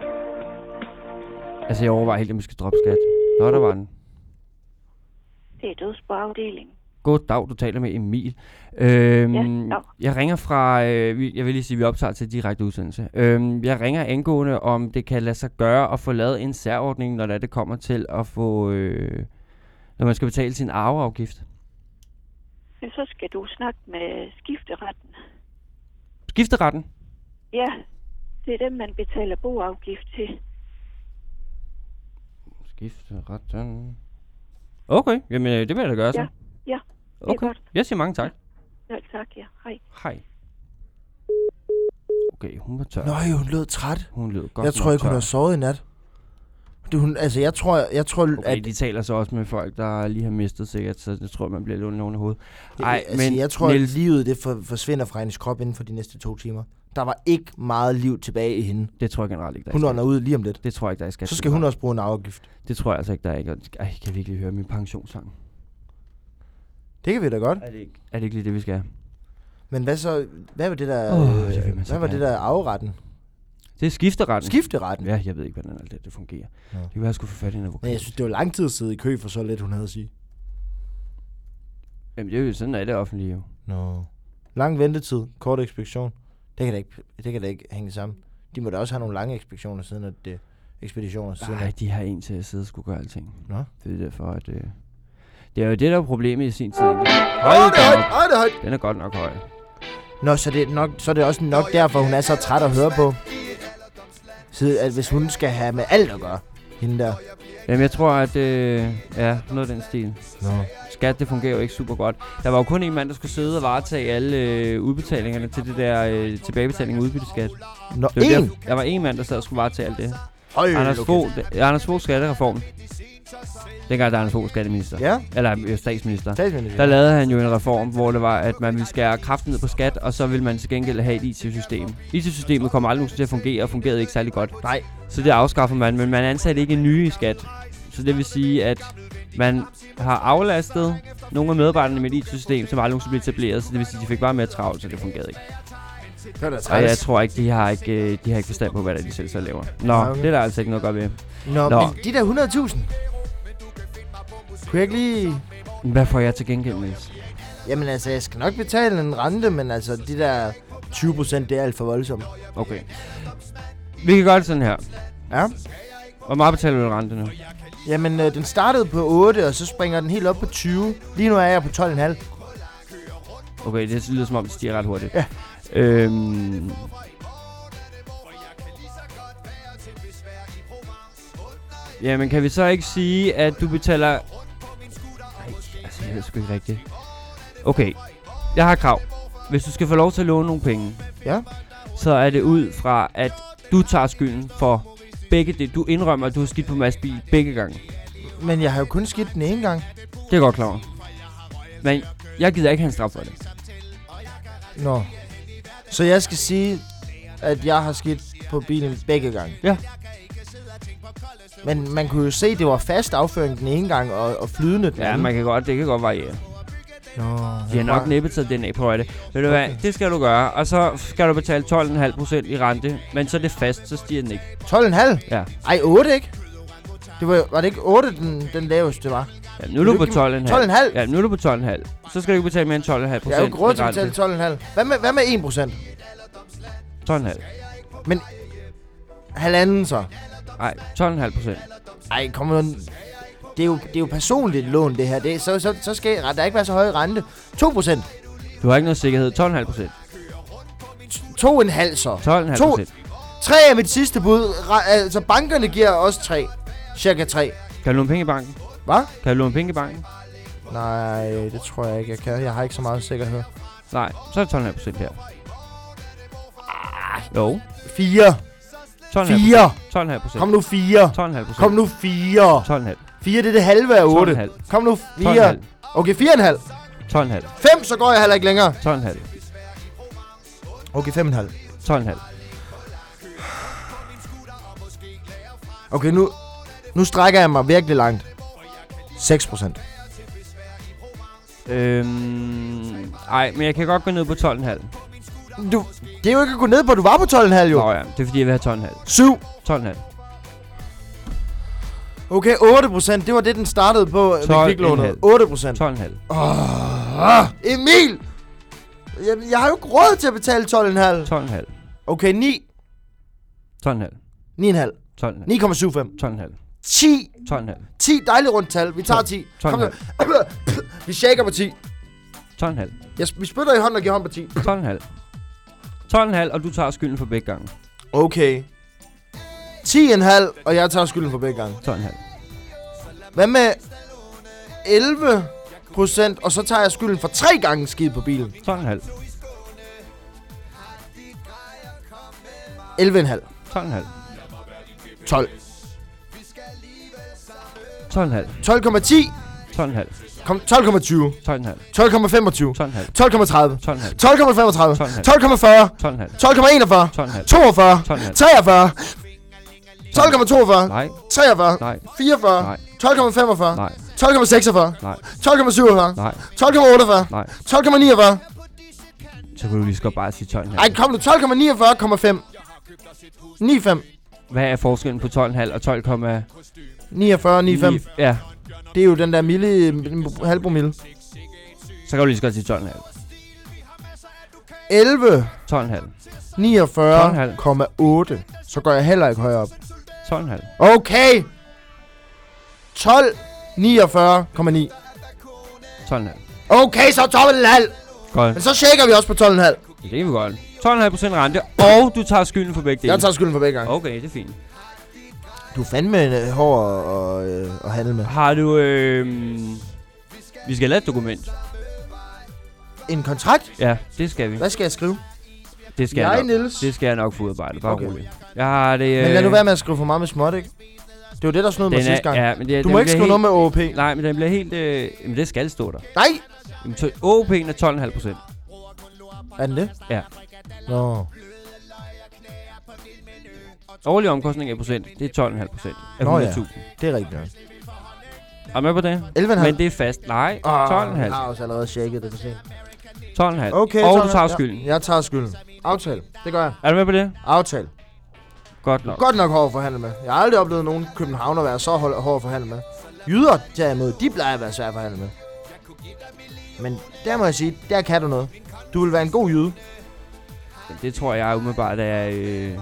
Altså, jeg overvejer helt, om vi skal droppe skat. Nå, der var den. Det er dødsboafdelingen. God dag, du taler med Emil. Øhm, Ja, dag. Jeg ringer fra... Øh, vi- jeg vil lige sige, at vi optager til direkte udsendelse. Øhm, jeg ringer angående, om det kan lade sig gøre at få lavet en særordning, når det kommer til at få... Øh, når man skal betale sin arveafgift. Men så skal du snakke med skifteretten. Skifteretten? Ja, det er dem, man betaler boafgift til. Skifteretten... Okay, jamen øh, det vil jeg da gøre så. Ja, ja, det er Okay, godt. jeg siger mange tak. Ja, tak, ja. Hej. Hej. Okay, hun var tør. Nå, hun lød træt. Hun lød godt Jeg tror ikke, hun tør. har sovet i nat. Det, hun, altså, jeg tror, jeg tror Okay, at... de taler så også med folk, der lige har mistet sikkert, så jeg tror, man bliver lidt under hovedet. Det, Ej, altså, men jeg tror, Niels, at livet det for, forsvinder fra hendes krop inden for de næste to timer. Der var ikke meget liv tilbage i hende. det tror jeg generelt ikke, der er Hun i ånder skat. ud lige om lidt. Det tror jeg ikke, der er i skat. Så skal hun også bruge en afgift. Det tror jeg altså ikke, der er ikke. Ej, kan jeg virkelig høre min pensionssang? Det kan vi da godt. Er det ikke, er det ikke lige det, vi skal? Men hvad så? Hvad var det der? Åh, øh, det vil man så hvad var gerne. det der afretten? Det er skifteretten. Skifteretten. Ja, jeg ved ikke, hvordan alt det, det fungerer. Ja. Det kan være, jeg skulle få fat i en advokat. Men jeg synes, det var lang tid at sidde i kø for så lidt, hun havde at sige. Jamen, det er jo sådan, er det offentlige jo. Nå. Lang ventetid, kort ekspedition. Det kan da ikke, det kan da ikke hænge sammen. De må da også have nogle lange ekspeditioner siden, at det ekspeditioner siden. Nej, at- de har en til at sidde og skulle gøre alting. Nå. Det er derfor, at... Øh, det er jo det, der er problemet i sin tid. Hold Åh, da det er højt! op. Åh, det er højt! Den er godt nok høj. Nå, så det er, nok, så er det også nok derfor, hun er så træt at høre på. Så at hvis hun skal have med alt at gøre, hende der. Jamen, jeg tror, at... Øh, ja, noget af den stil. Nå. Skat, det fungerer jo ikke super godt. Der var jo kun en mand, der skulle sidde og varetage alle øh, udbetalingerne til det der øh, tilbagebetaling af udbytteskat. Nå, Det var en! Der, der var en mand, der sad og skulle varetage alt det. Høj, Anders okay. Fogh, det- Anders Fogh skattereform. Dengang der Anders Fogh skatteminister. Ja, Eller øh, statsminister. statsminister. Der lavede han jo en reform, hvor det var, at man ville skære kraften ned på skat, og så ville man til gengæld have et I T-system. I T-systemet kommer aldrig nogensinde til at fungere, og fungerede ikke særlig godt. Nej. Så det afskaffer man, men man ansatte ikke en ny i skat. Så det vil sige, at man har aflastet nogle af medarbejderne med et I T-system, som aldrig nogensinde blev etableret. Så det vil sige, at de fik bare mere travlt, så det fungerede ikke. Det var da Og træls. jeg tror ikke, de har ikke, øh, de har ikke forstand på, hvad det er, de selv så laver. Nå, Nej, okay. det er der altså ikke noget at gøre ved. Nå, Nå. men de der hundrede tusind. Kunne jeg ikke lige... Hvad får jeg til gengæld, Niels? Jamen altså, jeg skal nok betale en rente, men altså, de der tyve procent, det er alt for voldsomt. Okay. Vi kan gøre det sådan her. Ja. Hvor meget betaler du i rente nu? Jamen, øh, den startede på otte, og så springer den helt op på tyve. Lige nu er jeg på tolv komma fem. Okay, det lyder som om, det stiger ret hurtigt. Ja. Øhm... Jamen, kan vi så ikke sige, at du betaler... Nej, altså, jeg ved sgu ikke rigtigt. Okay, jeg har krav. Hvis du skal få lov til at låne nogle penge, Ja. så er det ud fra, at du tager skylden for begge det. Du indrømmer, at du har skidt på Mads bil begge gange. Men jeg har jo kun skidt den ene gang. Det er godt klar over. Men jeg gider ikke have en straf for det. Nå. Så jeg skal sige, at jeg har skidt på bilen begge gange. Ja. Men man kunne jo se, at det var fast afføring den ene gang, og, og flydende den Ja, anden. man kan godt, det kan godt variere. Nå, De har nok næppe taget D N A på det. Ved du hvad, det skal du gøre. Og så skal du betale tolv komma fem procent i rente. Men så er det fast, så stiger den ikke. tolv komma fem? Ja. Ej, otte ikke? Det var, var det ikke otte, den, den laveste var? Ja, nu er du på tolv komma fem. tolv komma fem? Ja, nu er du på tolv komma fem. Så skal du ikke betale mere end tolv komma fem procent. Jeg er jo råd til at betale tolv komma fem. Hvad med, hvad med en procent? tolv komma fem. Men halvanden så? Nej, tolv komma fem procent. Ej, kom nu. Det er jo, det er jo personligt lån, det her. Det er, så, så, så skal der ikke være så høj rente. to procent. Du har ikke noget sikkerhed. tolv komma fem procent. to komma fem så. tolv komma fem procent. tre er mit sidste bud. Ra- altså, bankerne giver også tre. Cirka tre. Kan du låne penge i banken? Hvad? Kan du låne penge i banken? Nej, det tror jeg ikke, jeg kan. Jeg har ikke så meget sikkerhed. Nej, så er det tolv komma fem procent her. Jo. fire. tolv komma fem fire. tolv komma fem procent. Kom nu fire. tolv komma fem procent. Kom nu fire. tolv komma fem. fire, det er det halve af otte. tolv komma fem. Kom nu tolv komma fire. fem. Okay, fire komma fem. tolv komma fem. fem, så går jeg heller ikke længere. tolv komma fem. Okay, fem komma fem. tolv komma fem. Okay, nu, nu strækker jeg mig virkelig langt. seks procent. Øhm... Ej, men jeg kan godt gå ned på tolv komma fem. Du, det er jo ikke at gå ned på, du var på tolv komma fem jo. Nå ja, det er fordi, jeg vil have tolv komma fem. syv. tolv komma fem. Okay, otte procent. Det var det, den startede på, vi tolv fik lånet. komma fem. otte procent. tolv komma fem. Åh, Emil! Jeg, jeg har jo ikke råd til at betale tolv komma fem. tolv komma fem. Okay, ni. tolv komma fem. ni komma fem. tolv komma fem. ni komma syv fem. tolv komma fem. ti. tolv komma fem. ti, dejligt rundt tal. Vi tager ti. tolv Kom komma nu. Vi shaker på ti. tolv komma fem. Jeg, vi spytter i hånden og giver hånd på ti. tolv komma fem. tolv komma fem, og du tager skylden for begge gange. Okay. ti komma fem, og jeg tager skylden for begge gange. tolv komma fem. Hvad med elleve procent, og så tager jeg skylden for tre gange skid på bilen? tolv komma fem. elleve komma fem. tolv komma fem. tolv. tolv komma fem. tolv komma ti. tolv komma fem. Kom, tolv komma tyve. tolv komma fem. tolv komma femogtyve. tolv komma fem. tolv komma tredive. tolv komma fem. tolv komma femogtredive. tolv komma fem. tolv komma fyrre. tolv komma fem. tolv komma enogfyrre. tolv komma fem. toogfyrre. tolv komma fem. treogfyrre. tolv komma toogfyrre. Nej. treogfyrre. Nej. fireogfyrre. Nej. tolv komma femogfyrre. Nej. tolv komma seksogfyrre. Nej. tolv komma syvogfyrre. Nej. tolv komma otteogfyrre. Nej. tolv komma niogfyrre. Så kan du lige så godt bare sige tolv komma fem. Ej, kom nu. tolv komma niogfyrre komma fem. ni komma fem. Hvad er forskellen på tolv komma fem og tolv komma niogfyrre ni komma fem. Ja. Det er jo den der milli halvpromille. Så kan du lige så godt sige tolv komma fem. elleve. tolv komma fem. niogfyrre komma otte. Så går jeg heller ikke højere op. tolv komma fem. Okay. tolv. niogfyrre komma ni. tolv komma fem. Okay, så tolv komma fem. Godt. Men så shaker vi også på tolv komma fem. Det kan vi godt. tolv komma fem procent rente, og du tager skylden for begge dele. Jeg tager skylden for begge gange. Okay, det er fint. Du er fandme en hård at, øh, at handle med. Har du, øh... Vi skal lave et dokument. En kontrakt? Ja, det skal vi. Hvad skal jeg skrive? Det skal Jeg, jeg, nok. Niels. Det skal jeg nok få udarbejdet, bare Okay. roligt. Jeg har det... Øh... Men lad nu være med at skrive for meget med småt, ikke? Det var det, der snød mig Den sidste er, gang. ja, men det, Du den må ikke bliver skrive helt, noget med O O P. Nej, men den bliver helt... Øh... Jamen, det skal stå der. Nej! Jamen, så O O P'en er tolv komma fem procent. Er den det? Ja. Nå. Årlig omkostning af procent, det er tolv komma fem procent af Nå ja. hundrede tusind. Det er rigtigt. Er du med på det? elleve komma fem. Men det er fast. Nej, Ah, tolv komma Jeg fem. har også allerede shaket det for sent. tolv komma fem. Okay, Og tolv du komma tager fem. skylden. Ja, jeg tager skylden. Aftale. Det gør jeg. Er du med på det? Aftale. Godt nok. Godt nok hård at forhandle med. Jeg har aldrig oplevet nogen københavner være så hård hård at forhandle med. Jyder derimod, de plejer at være svære at forhandle med. Men der må jeg sige, der kan du noget. Du vil være en god jyde. Det tror jeg umiddelbart er... Øh...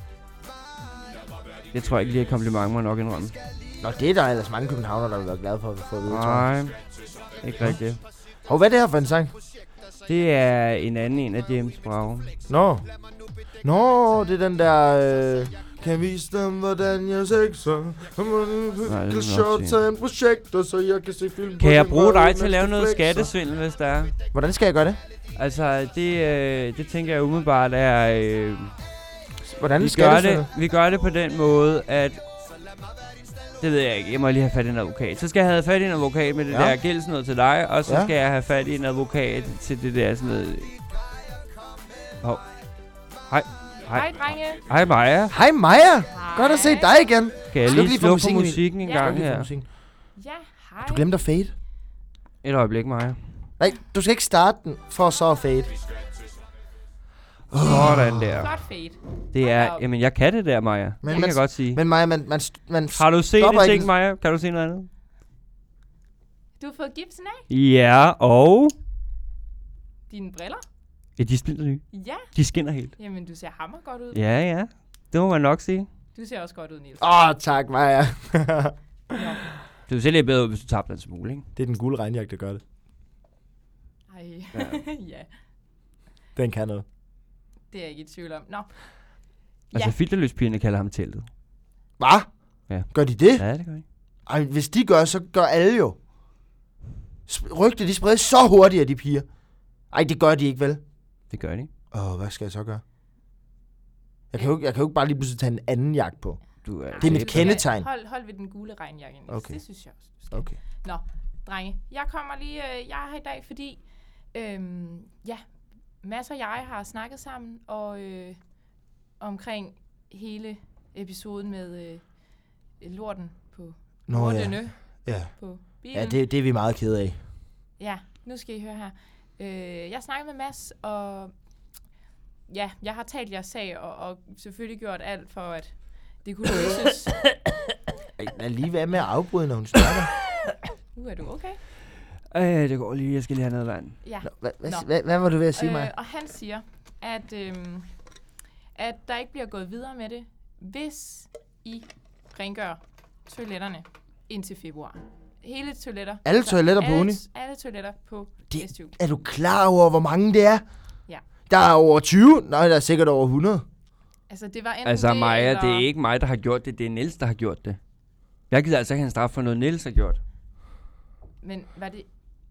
Det tror jeg ikke lige er kompliment, må nok indrømme. Nå, det er der ellers mange københavner, der vil være glade for at få at vide, tror jeg. Nej, ikke rigtigt. Hov, hvad er det her for en sang? Det er en anden en af James Brown. Nå. Nå, det er den der... Øh, kan vise dem, hvordan jeg sexer. Kan short-term projekter, så jeg kan se film. Kan jeg bruge dig til at lave noget skattesvindel, hvis der er? Hvordan skal jeg gøre det? Altså, det, øh, det tænker jeg umiddelbart er... Øh, hvordan vi skal gør det, det? Vi gør det på den måde, at... Det ved jeg ikke. Jeg må lige have fat i en advokat. Så skal jeg have fat i en advokat med det ja. der gældsnød til dig, og så ja. skal jeg have fat i en advokat til det der sådan noget... Hov. Hej. Hej, drenge. Hej, Maja. Hej, Maja. Godt at se dig igen. Kan jeg lige, lige slukke for musikken en ja. gang her? Ja, hej. Du glemte at fade. Et øjeblik, Maja. Nej, du skal ikke starte den, for så at fade. Sådan der. Flot fade. Det er, jamen jeg kan det der, Maja. Men det kan jeg godt sige. Men Maja, man, man, man har du set det ting, Maja? Kan du se noget andet? Du har fået gipsen af? Ja, og... Dine briller? Ja, de splinter nye. Ja. De skinner helt. Jamen, du ser hammer godt ud. Ja, ja. Det må man nok sige. Du ser også godt ud, Niels. Åh, oh, tak, Maja. Du ser lidt bedre ud, hvis du tabte en smule, ikke? Det er den gule regnjakke, der gør det. Ej, ja. ja. Den kan noget. Det er jeg ikke i tvivl om. Nå. Altså, ja. filterløspigerne kalder ham teltet. Hvad? Ja. Gør de det? Ja, det gør de. Ej, hvis de gør, så gør alle jo. Rygter, de spredes så hurtigt, de piger. Ej, det gør de ikke, vel? Det gør de. Åh, hvad skal jeg så gøre? Jeg kan jo, jeg kan jo ikke bare lige pludselig tage en anden jakke på. Du er det er mit kendetegn. Hold, hold ved den gule regnjakke, Niels. Okay. Det synes jeg også, du skal. Okay. Nå, drenge. Jeg kommer lige... Øh, jeg er her i dag, fordi... Øhm, ja, Mads og jeg har snakket sammen, og øh, omkring hele episoden med øh, lorten på Lortenø. Ja. Ja. På bilen. Ja, det, det er vi meget kede af. Ja, nu skal I høre her. Øh, jeg snakker med Mads, og ja, jeg har talt jeres sag, og, og selvfølgelig gjort alt for, at det kunne løses. Lad lige være med at afbryde, når hun snakker. Nu uh, er du okay? Øh, det går lige. Jeg skal lige have noget vand. Ja. Hvad var du ved at sige, mig? Øh, og han siger, at, øhm, at der ikke bliver gået videre med det, hvis I rengør toiletterne indtil februar. Hele toiletter. Alle toiletter på uni? Alle toiletter på S T U. Er du klar over, hvor mange det er? Ja. Der er over tyve? Nej, der er sikkert over hundrede. Altså, det var enten altså, det, Maja, eller... det er ikke mig, der har gjort det. Det er Niels, der har gjort det. Jeg gider altså ikke have en straf for noget, Niels har gjort. Men var det...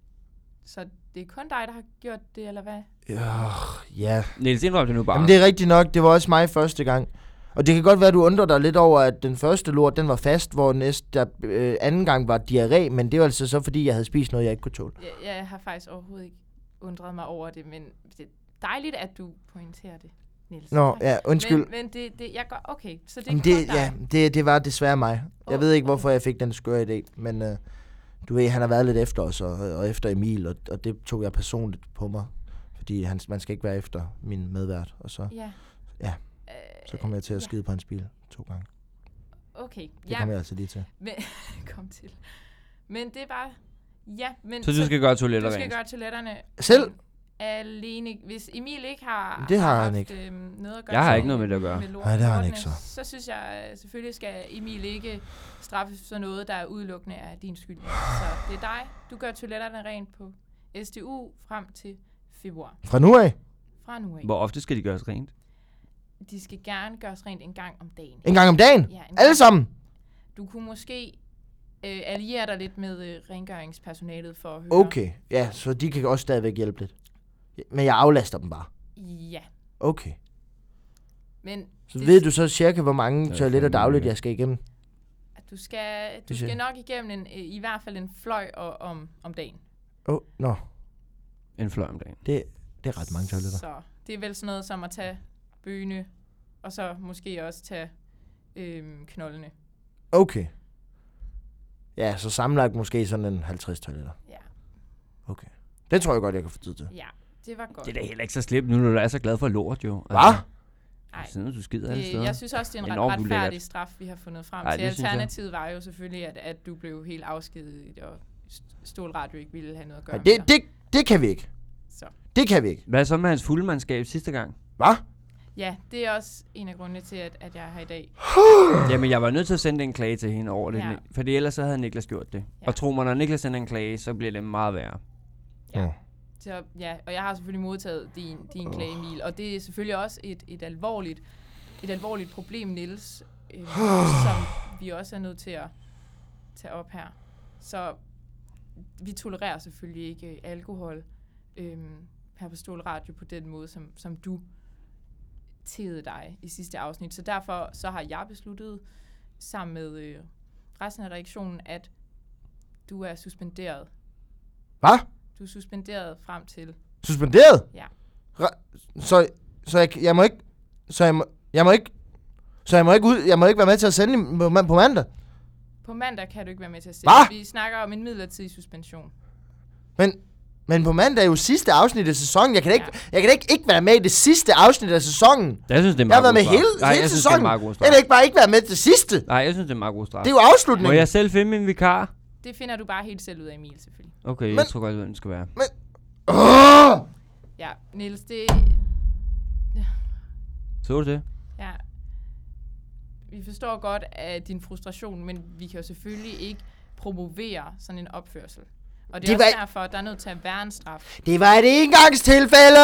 Så det er kun dig, der har gjort det, eller hvad? Ja, ja. Niels, indrøm det nu bare. Jamen, det er rigtigt nok. Det var også mig første gang. Og det kan godt være, at du undrer dig lidt over, at den første lort, den var fast, hvor næste der, øh, anden gang var diarré, men det var altså så, fordi jeg havde spist noget, jeg ikke kunne tåle. Jeg, jeg har faktisk overhovedet ikke undret mig over det, men det er dejligt, at du pointerer det, Niels. Nå, ja, undskyld. Men, men det, det, jeg gør, okay, så det er det, kun dig. Ja, det, det var desværre mig. Jeg oh, ved ikke, hvorfor jeg fik den skøre idé, men øh, du ved, han har været lidt efter os, og, og efter Emil, og, og det tog jeg personligt på mig, fordi han, man skal ikke være efter min medvært, og så, ja. ja, så kom jeg til at skide ja. på hans bil to gange. Okay. Det ja. kom jeg altså lige til. Men, kom til. Men det var, ja, men... Så du skal så, gøre toiletter Du skal gøre toiletterne... Selv? Alene. Hvis Emil ikke har, det har, har han haft ikke. Øhm, noget at gøre... Jeg har ikke noget med det at gøre. Nej, det har han ikke så. Så synes jeg, selvfølgelig skal Emil ikke straffes for noget, der er udelukkende af din skyld. Så det er dig. Du gør toiletterne rent på S T U frem til februar. Fra nu af? Fra nu af. Hvor ofte skal de gøres rent? De skal gerne gøres rent en gang om dagen. En gang om dagen? Ja, alle sammen? Du kunne måske øh, alliere dig lidt med øh, rengøringspersonalet for at høre. Okay, ja, så de kan også stadigvæk hjælpe lidt. Men jeg aflaster dem bare? Ja. Okay. Men så ved du så cirka, hvor mange toiletter dagligt, jeg skal igennem? Du skal, du skal nok igennem en, i hvert fald en fløj og, om, om dagen. Åh, oh, nå. No. En fløj om dagen. Det, det er ret mange toiletter. Så det er vel sådan noget som at tage bøgene, og så måske også tage øhm, knoldene. Okay. Ja, så sammenlagt måske sådan en halvtreds toiletter. Ja. Okay. Det tror jeg godt, jeg kan få tid til. Ja, det var godt. Det er da heller ikke så slemt nu, når du er så glad for lort, jo. Hvad? Altså, Nej. Siden du skider alle steder. Jeg synes også, det er en ret retfærdig straf, vi har fundet frem Ej, til. Alternativet var jo selvfølgelig, at, at du blev helt afskediget, og Stålradio ikke ville have noget at gøre. Ja, det, det, det kan vi ikke. Så. Det kan vi ikke. Hvad så med hans fuldmandskab sidste gang? Hvad? Ja, det er også en af grundene til, at, at jeg er her i dag. Jamen, jeg var nødt til at sende en klage til hende over det. Ja. Fordi ellers så havde Niklas gjort det. Ja. Og tro mig, når Niklas sender en klage, så bliver det meget værre. Ja. Så, ja, og jeg har selvfølgelig modtaget din, din oh. klage, Emil, og det er selvfølgelig også et, et, alvorligt, et alvorligt problem, Niels, øh, som vi også er nødt til at tage op her. Så vi tolererer selvfølgelig ikke øh, alkohol øh, her på Stål Radio på den måde, som, som du tædede dig i sidste afsnit. Så derfor så har jeg besluttet sammen med øh, resten af reaktionen, at du er suspenderet. Hvad? Du er suspenderet frem til... Suspenderet? Ja. Ra- så så jeg, jeg må ikke... Så jeg må, jeg må ikke... Så jeg må ikke ud... Jeg må ikke være med til at sende på, på mandag? På mandag kan du ikke være med til at sende. Hvad? Vi snakker om en midlertidig suspension. Men... Men på mandag er jo sidste afsnit af sæsonen. Jeg kan da ikke, ja. jeg kan da ikke, ikke være med i det sidste afsnit af sæsonen. Jeg synes, det er meget jeg har været med god hele, straf. Nej, hele jeg synes, sæsonen. det er meget god straf. Jeg kan ikke bare ikke være med til sidste. Nej, jeg synes, det er meget god straf. Det er jo afslutningen. Må jeg selv finde min vikar? Det finder du bare helt selv ud af, Emil, selvfølgelig. Okay, Men- jeg tror godt, hvad den skal være. Men... Åh! Ja, Niels, det... Så du det? Ja. Vi forstår godt af din frustration, men vi kan jo selvfølgelig ikke promovere sådan en opførsel. Og det er Det også var- derfor, at der er nødt til at være en straf. Det var et engangstilfælde!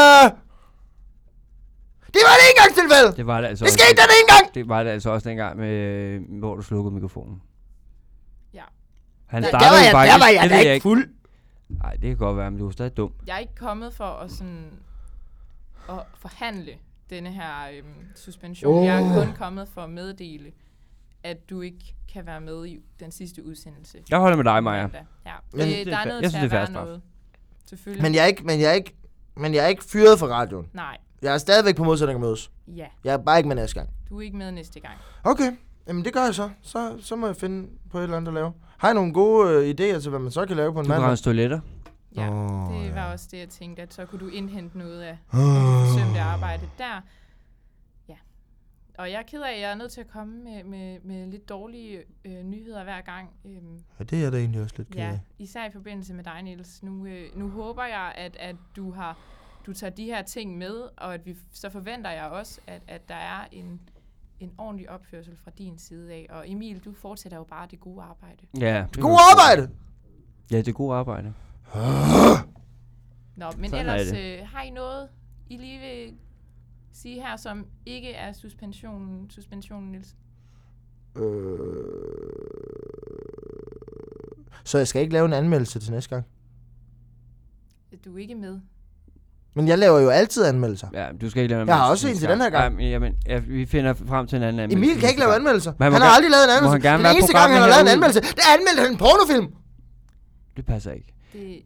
Det var et engangstilfælde! Det var det altså Det også. skete den en gang! Det var det altså også dengang, med, øh, hvor du slukkede mikrofonen. Ja. Han Der- Der startede var jeg, faktisk... der var jeg det da ved ikke fuld. Nej, det kan godt være, men du er stadig dum. Jeg er ikke kommet for at sådan at forhandle denne her øhm, suspension. Oh. Jeg er kun kommet for at meddele, at du ikke kan være med i den sidste udsendelse. Jeg holder med dig, Maja. Mandag. Ja. Men- Men, Det er det, der er fair. nødt Jeg til synes, at det er fair være straf. noget. Selvfølgelig. Men jeg er ikke, men jeg er ikke, men jeg er ikke fyret fra radioen. Nej, Jeg er stadigvæk på modsætning af mødes. ja. Jeg er bare ikke med næste gang. Du er ikke med næste gang. Okay, jamen det gør jeg så. Så, så må jeg finde på et eller andet at lave. Har I nogle gode øh, idéer til, hvad man så kan lave på en Du kan mandag? rense toiletter. Ja, Åh, det ja. var også det, jeg tænkte, at så kunne du indhente noget af Åh. det forsømte arbejde der. Ja. Og jeg er ked af, at jeg er nødt til at komme med, med, med lidt dårlige øh, nyheder hver gang. Øhm, Ja, det er jeg da egentlig også lidt ked ja, af. især i forbindelse med dig, Niels. Nu, øh, nu håber jeg, at, at du har du tager de her ting med, og at vi, så forventer jeg også, at, at der er en, en ordentlig opførsel fra din side af. Og Emil, du fortsætter jo bare det gode arbejde. Ja. Det gode arbejde! Ja, det er gode arbejde. Nå, men Sådan er ellers det. øh, har I noget, I lige vil sige her, som ikke er suspensionen, suspensionen Niels? Øh... Så jeg skal ikke lave en anmeldelse til næste gang? Du er ikke med. Men jeg laver jo altid anmeldelser. Ja, du skal ikke lave en Jeg har anmeldelse også en næste til den her gang. Ja, men, jamen, ja, vi finder frem til en anden anmeldelse. Emil kan ikke lave anmeldelser. Men han Han må har gerne- aldrig lavet en må han anmeldelse. gerne Den være eneste gang, han har programmet lavet en herude? anmeldelse, det anmeldte han en pornofilm. Det passer ikke. Det,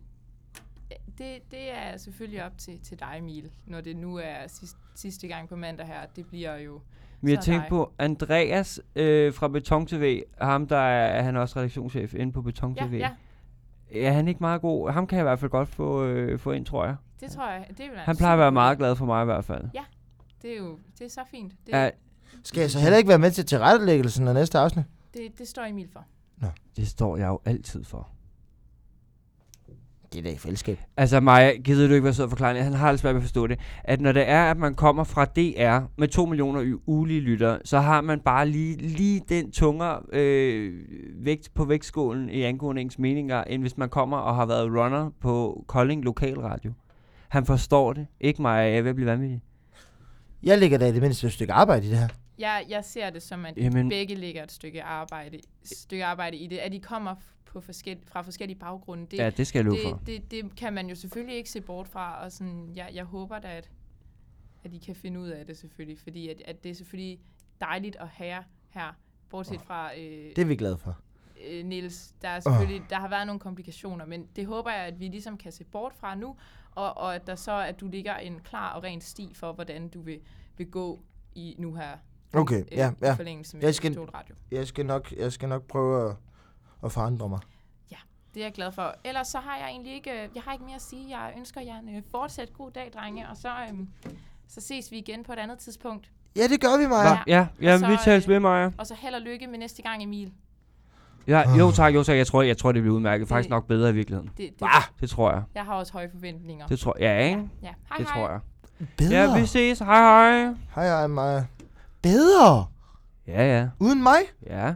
det, det er selvfølgelig op til, til dig, Emil, når det nu er sidst, sidste gang på mandag her. Det bliver jo Vi har så tænkt dig. på Andreas øh, fra Beton T V. Ham, der er, han er også redaktionschef inde på Beton Ja, T V. ja, Er han ikke meget god? Ham kan jeg i hvert fald godt få, øh, få ind, tror jeg. det tror jeg. Det vil Han plejer at være meget glad for mig i hvert fald. Det er jo det er så fint. Det, Ja, Skal jeg så heller ikke være med til tilrettelæggelsen af næste afsnit? det, det står Emil for. det står jeg jo altid for. Det er da i fællesskab. Altså Maja, gider du ikke være sød og forklare det? Han har lidt svært ved at forstå det. At når det er, at man kommer fra D R med to millioner y- ulige lyttere, så har man bare lige, lige den tungere øh, vægt på vægtskålen i angående ens meninger, end hvis man kommer og har været runner på Kolding Lokalradio. Han forstår det. Ikke mig, jeg er ved at blive vanvittig. Jeg lægger da i det mindste et stykke arbejde i det her. Jeg, jeg ser det som, at Jamen- begge lægger et stykke arbejde, stykke arbejde i det. At de kommer f- på forskel, fra forskellige baggrunde. Det, Ja, det skal jeg love for. det, det, det kan man jo selvfølgelig ikke se bort fra. Og sådan, jeg, jeg håber da, at, at I kan finde ud af det selvfølgelig. Fordi at, at det er selvfølgelig dejligt at have her. Bortset fra øh, Det er vi glade for. øh, Niels. Der er selvfølgelig, der har været nogle komplikationer. Men det håber jeg, at vi ligesom kan se bort fra nu. Og, og at der så, at du ligger en klar og ren sti for, hvordan du vil, vil gå i nu her. Okay, øh, ja, i ja. forlængelse med Jeg skal- Stål Radio. Jeg skal nok, jeg skal nok prøve at, at forandre mig. Det er jeg glad for. Ellers så har jeg egentlig ikke, øh, jeg har ikke mere at sige. Jeg ønsker jer en øh, fortsat god dag, drenge, og så, øhm, så ses vi igen på et andet tidspunkt. Ja, det gør vi, Maja. Ja. Ja, ja, Så, vi tales øh, med, Maja. Og så held og lykke med næste gang, Emil. Ja, jo tak, jo tak. Jeg tror, jeg tror det bliver udmærket. Faktisk Det- nok bedre i virkeligheden. Det, det, Ah, Det tror jeg. jeg har også høje forventninger. Det tror jeg, ikke? Ja, ja. Hej, Det hej. tror jeg. bedre. Ja, vi ses. Hej, hej. Hej, hej, Maja. Bedre? Ja, ja. Uden mig? Ja.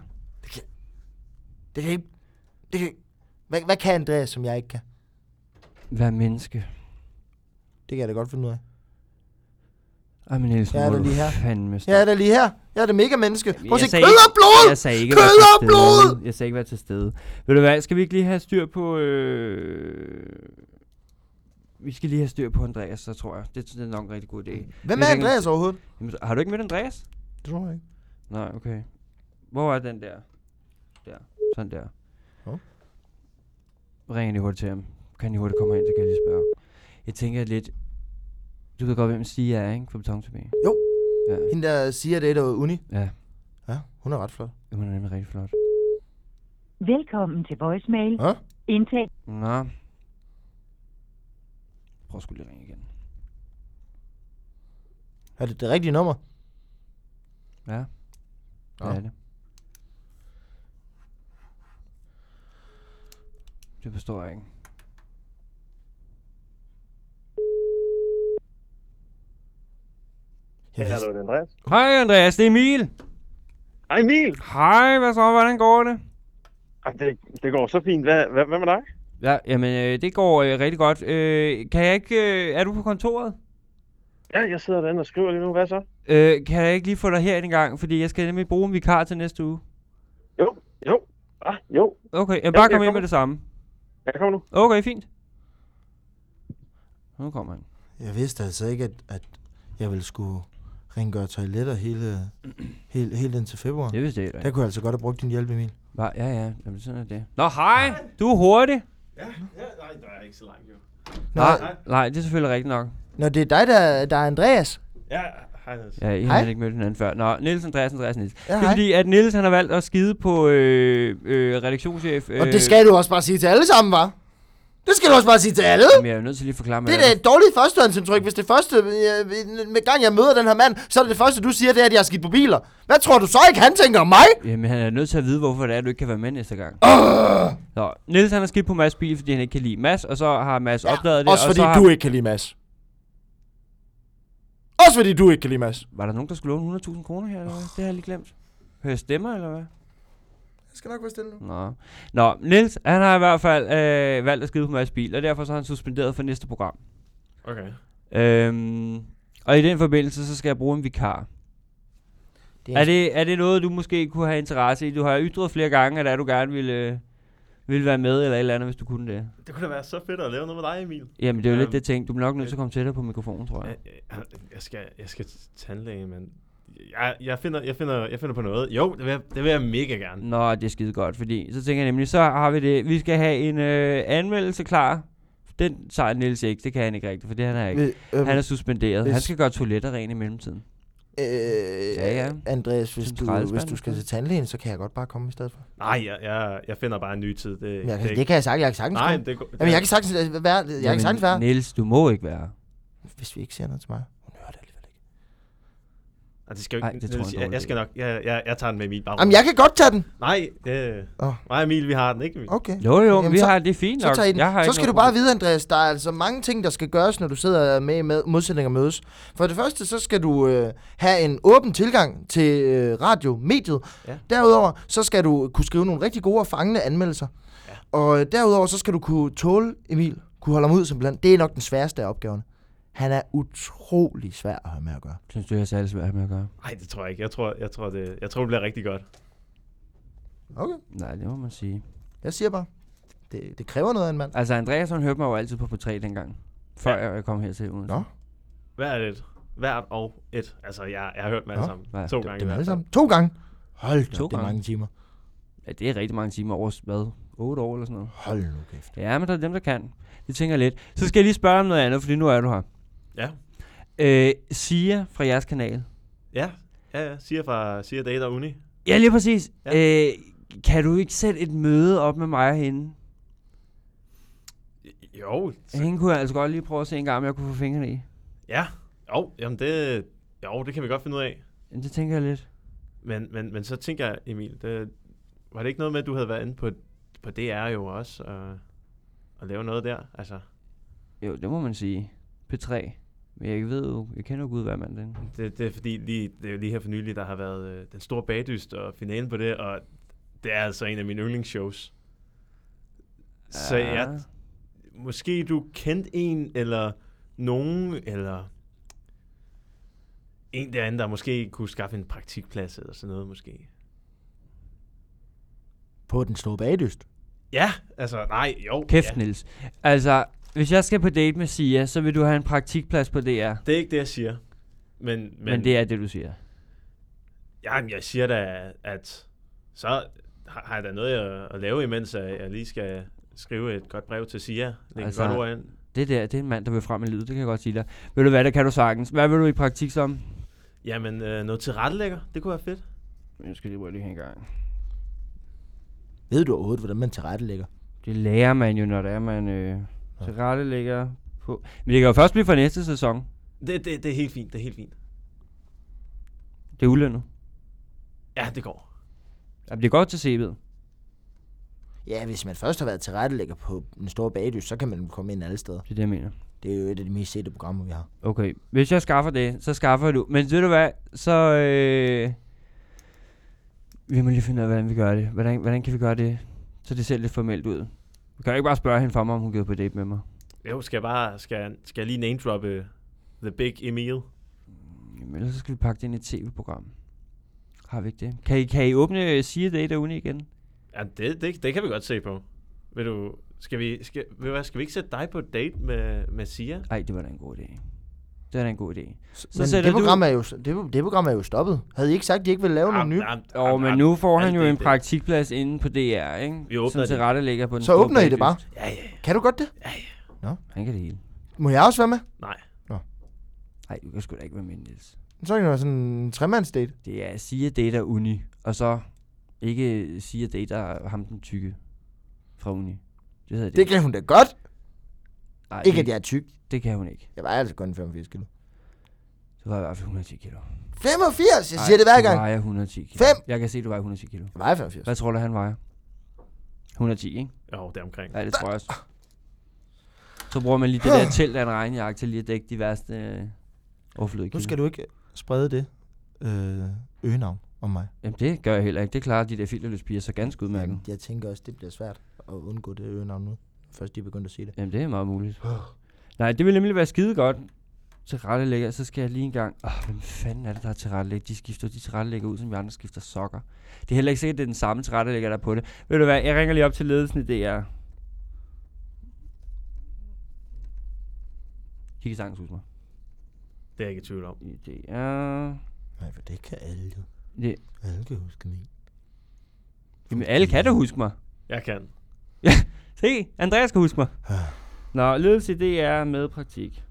Det kan ikke... Det kan, hvad, hvad kan Andreas, som jeg ikke kan? Vær menneske. kan jeg da godt finde ud af. Ej, men Niels, Jeg er må da du lige her. fandme stoppe. Jeg er da lige her. Jeg er det mega menneske. Prøv at se, sagde kød ikke- og blod! Jeg sagde ikke, Kød være til og blod! stede. Jeg sagde ikke være til stede. Ved du hvad, skal vi ikke lige have styr på... Øh... Vi skal lige have styr på Andreas, så tror jeg. Det, det er nok en rigtig god idé. Hvem Jeg er tænker- Andreas overhovedet? Jamen, har du ikke mødt Andreas? Det tror jeg ikke. Nej, okay. Hvor er den der? Der. Sådan der. Oh. Ringer lige hurtigt til ham. Kan lige hurtigt komme ind, så kan jeg lige spørge. Jeg tænker lidt... Du ved godt, hvem Stige er, ikke? For betontilbage. Jo. Ja. Hende der siger det, der er uni. Ja. Ja, hun er ret flot. Hun er nemlig rigtig flot. Velkommen til voicemail. Hå? Indtag. Nå. Prøv at skulle lige ringe igen. Er det det rigtige nummer? Ja. Det Nå. er det. Det forstår jeg ikke. Jeg Hej, det er Andreas. Hej Andreas, det er Emil. Hej Emil. Hej, hvad så? Hvordan går det? Ej, det, det går så fint. Hvad, hvad, hvad med dig? Ja, jamen øh, det går øh, rigtig godt. Øh, kan jeg ikke... Øh, er du på kontoret? Ja, jeg sidder derinde og skriver lige nu. Hvad så? Øh, kan jeg ikke lige få dig herind en gang? Fordi jeg skal nemlig bruge en vikar til næste uge. Jo, jo. Ah, jo. Okay, jeg Jo, bare jeg komme ind kommer. med det samme. Jeg kommer nu. Okay, fint. Nu kommer han. Jeg vidste altså ikke, at, at jeg ville skulle rengøre toiletter hele, hele, hele indtil februar. Det vidste jeg ikke. Der kunne jeg altså godt have brugt din hjælp, Emil. Hva? Ja, ja. Jamen, sådan er det. Nå, hej! Du er hurtig. Ja, ja, nej, der er ikke så langt jo. Nej, nej, det er selvfølgelig rigtigt nok. Nå, det er dig, der, der er Andreas. Ja, hej Niels. Ja, I Hej. har ikke mødt hinanden før. Nå, Niels Andreas, Andreas Niels. Ja, Det er hej. fordi, at Niels han har valgt at skide på øh, øh, redaktionschef. Øh, Og det skal du også bare sige til alle sammen, var? Det skal du også bare sige til alle. Jamen, jeg er jo nødt til lige at forklare mig. Det er da et dårligt førstehåndsindtryk. Hvis det første øh, med gang jeg møder den her mand, så er det det første, du siger, det er, at jeg har skidt på biler. Hvad tror du så ikke, han tænker om mig? Jamen, han er nødt til at vide, hvorfor det er, at du ikke kan være med næste gang. Uh! Nå, Niels han har skidt på Mads bil, fordi han ikke kan lide Mads, og så har Mads Ja, opdaget det. også og fordi så har... du ikke kan lide Mads. Også fordi du ikke kan lide Mads. Var der nogen, der skulle låne hundrede tusind kroner her, eller hvad? Det har jeg lige glemt. Hører stemmer, eller hvad? Jeg skal nok være stille nu. Nå. Nå, Niels, han har i hvert fald øh, valgt at skide på Mads bil, og derfor så har han suspenderet for næste program. Okay. Øhm, og i den forbindelse, så skal jeg bruge en vikar. Det Er, er, det, er det noget, du måske kunne have interesse i? Du har ytret flere gange, at, at du gerne ville, øh, ville være med, eller et eller andet, hvis du kunne det. Det kunne da være så fedt at lave noget med dig, Emil. Jamen, det er jo Øhm, lidt det ting. Du bliver nok nødt til at komme tættere på mikrofonen, tror jeg. Jeg, jeg, jeg, skal, jeg skal til tandlæge, men jeg, jeg, finder, jeg, finder, jeg finder på noget. Jo, det vil, jeg, det vil jeg mega gerne. Nå, det er skide godt, fordi så tænker jeg nemlig, så har vi det. Vi skal have en øh, anmeldelse klar. Den tager Niels ikke, det kan han ikke rigtigt, for det han er ikke. Øh, øh, Han er suspenderet. hvis- Han skal gøre toiletter rene i mellemtiden. Øh, Ja, ja. Andreas, hvis Som du, skraldespand, hvis du skal til tandlægen, så kan jeg godt bare komme i stedet for. Nej, jeg, jeg, jeg finder bare en ny tid. Det, Men jeg kan, det, det kan jeg sagtens, jeg kan sagtens Nej, komme. det, går- Jamen, jeg kan sagtens øh, være, jeg kan sagtens være. Niels, du må ikke være. Hvis vi ikke siger noget til mig. Hun hører det alligevel ikke. Nej, det skal jo Ej, ikke. det tror jeg er Niels, en jeg, dårlig jeg skal nok. Jeg, jeg, jeg tager den med Emil. Bare Jamen, jeg kan godt tage den. Nej, det... Åh. Mig og Emil, vi har den, ikke Emil? Okay. Jo, jo, Jamen, vi så- har det er fint Så nok. tager I den. Jeg har Så ikke skal du noget bare problem. vide, Andreas, der er altså mange ting, der skal gøres, når du sidder med i med modsætninger mødes. For det første, så skal du øh, have en åben tilgang til øh, radiomediet. Ja. Derudover, så skal du kunne skrive nogle rigtig gode og fangende anmeldelser. Ja. Og øh, derudover, så skal du kunne tåle Emil, kunne holde ham ud simpelthen. Det er nok den sværeste af opgaverne. Han er utrolig svær at have med at gøre. Synes du, jeg er særlig svært med at gøre? Nej, det tror jeg ikke. Jeg tror, jeg tror, det, jeg tror, det bliver rigtig godt. Okay. Nej, det må man sige. Jeg siger bare, det, det kræver noget af en mand. Altså, Andreas, han hørte mig jo altid på P tre dengang. Før Ja. jeg kom her til Odense. Nå. Hvert et. Hvert og et. Altså, jeg, jeg har hørt dem alle Nå. sammen. Ja, To det- gange Det i er hvert alle fald. sammen. To gange. Hold da, To det er gange. mange timer. Ja, det er rigtig mange timer over, hvad? otte år eller sådan noget. Hold nu kæft. Ja, men der er dem, der kan. Det tænker jeg lidt. Så skal jeg lige spørge om noget andet, fordi nu er du her. Ja. Øh, Sia fra jeres kanal. Ja, ja, ja. Siger fra Siger Data og Uni. Ja, lige præcis. Ja. Øh, kan du ikke sætte et møde op med mig og hende? Jo. Så, Hende kunne jeg altså godt lige prøve at se en gang, om jeg kunne få fingrene i. ja. Jo, jamen det... Jo, det kan vi godt finde ud af. Jamen, det tænker jeg lidt. Men, men, men så tænker jeg, Emil, det, var det ikke noget med, at du havde været inde på, på D R jo også, og, og lave noget der? Altså, Jo, det må man sige. P tre. Men jeg ved jo, jeg kender jo Gud hver mand den. det, det er fordi, lige, det er jo lige her for nylig, der har været øh, den store bagdyst og finalen på det, og det er altså en af mine yndlingsshows. Så jeg, måske du kendte en, eller nogen, eller en derinde, der måske kunne skaffe en praktikplads eller sådan noget, måske. På den store bagdyst? Ja, altså, nej, jo. Kæft, ja. Niels. Altså, hvis jeg skal på date med Sia, så vil du have en praktikplads på D R. Det er ikke det, jeg siger. Men, men, men det er det, du siger. Ja, jeg siger da, at så har, har jeg da noget at, at lave, imens jeg, jeg lige skal skrive et godt brev til Sia. Læg altså, godt ord ind. Det der, det er en mand, der vil frem i livet, det kan jeg godt sige dig. Ved du hvad, det kan du sagtens. Hvad vil du i praktik som? Jamen, øh, noget tilrettelægger, det kunne være fedt. Jeg skal lige prøve lige en gang. Ved du overhovedet, hvordan man tilrettelægger? Det lærer man jo, når det er, man øh, tilrettelægger på. Men det kan jo først blive for næste sæson. Det, det, det er helt fint, det er helt fint. Det er ulønnet. Ja, det går. Ja, det er godt til C V'et. Ja, hvis man først har været tilrettelægger på den store bagdyst, så kan man komme ind alle steder. Det er det, jeg mener. Det er jo et af de mest sete programmer, vi har. Okay, hvis jeg skaffer det, så skaffer du. Men ved du hvad, så... Øh, vi må lige finde ud af, hvordan vi gør det. Hvordan, hvordan kan vi gøre det, så det ser lidt formelt ud? Vi kan ikke bare spørge hende for mig, om hun giver på date med mig. Jo, skal jeg bare... Skal jeg, skal jeg lige name-droppe The Big Emil? Jamen, ellers så skal vi pakke det ind i et tv-program. Har vi ikke det? Kan I, kan I åbne Sia Date Uni igen? Ja, det, det, det kan vi godt se på. Vil du... Skal vi, skal, ved du hvad, skal vi ikke sætte dig på et date med, med Sia? Nej, det var da en god idé. Det var da en god idé. Så men det program, du... er jo, det, det program er jo stoppet. Havde I ikke sagt, at de ikke ville lave ja, noget nyt? Åh, oh, men nu får han jo en praktikplads inde på D R, ikke? Vi åbner som til rette ligger på den. Så åbner I det bare? Ja, ja. Kan du godt det? Ja, ja. Nå. Han kan det hele. Må jeg også være med? Nej. Nå. Nej, du kan sgu da ikke være med, Niels. Så er det jo sådan en tremandsdate. Det er Sia Data Uni, og så ikke Sia Data ham den tykke fra Uni. Det, det. det kan hun da godt. Ej, ikke det, at jeg er tyk. Det kan hun ikke. Jeg var altså kun femogfirs kilo. Du var i hvert fald et hundrede og ti kilo. femogfirs? Jeg siger det hver gang. Du vejer et hundrede og ti kilo. Fem? Jeg kan se, du vejer et hundrede og ti kilo. Jeg vejer femogfirs. Hvad tror du, han vejer? et hundrede og ti, ikke? Jo, det er omkring. Ja, det tror jeg også. Så bruger man lige det der telt af en regnjakke til lige at dække de værste øh, overflødige kilo. Nu skal du ikke sprede det øh, øgenavn om mig. Jamen det gør jeg heller ikke. Det klarer de der filterløspiger så ganske udmærket. Jamen, jeg tænker også, det bliver svært at undgå det øgenavn nu. Først de er begyndt at sige det. Jamen det er meget muligt. Nej, det vil nemlig være skide godt til rettelægger. Så skal jeg lige en gang... Åh, hvem fanden er det, der er til rettelægger? De skifter de til rettelægger ud, som vi andre skifter sokker. Det er heller ikke sikkert, det er den samme til rettelægger, der er på det. Ved du hvad, jeg ringer lige op til ledelsen i D R. De kan sagtens huske mig. Det er jeg ikke i tvivl om. I D R... Nej, for det kan alle jo. Det. Alle kan huske mig. Jamen, alle kan da huske mig. Jeg kan. Ja, se, Andreas kan huske mig. Nå, ledelse i D R med praktik.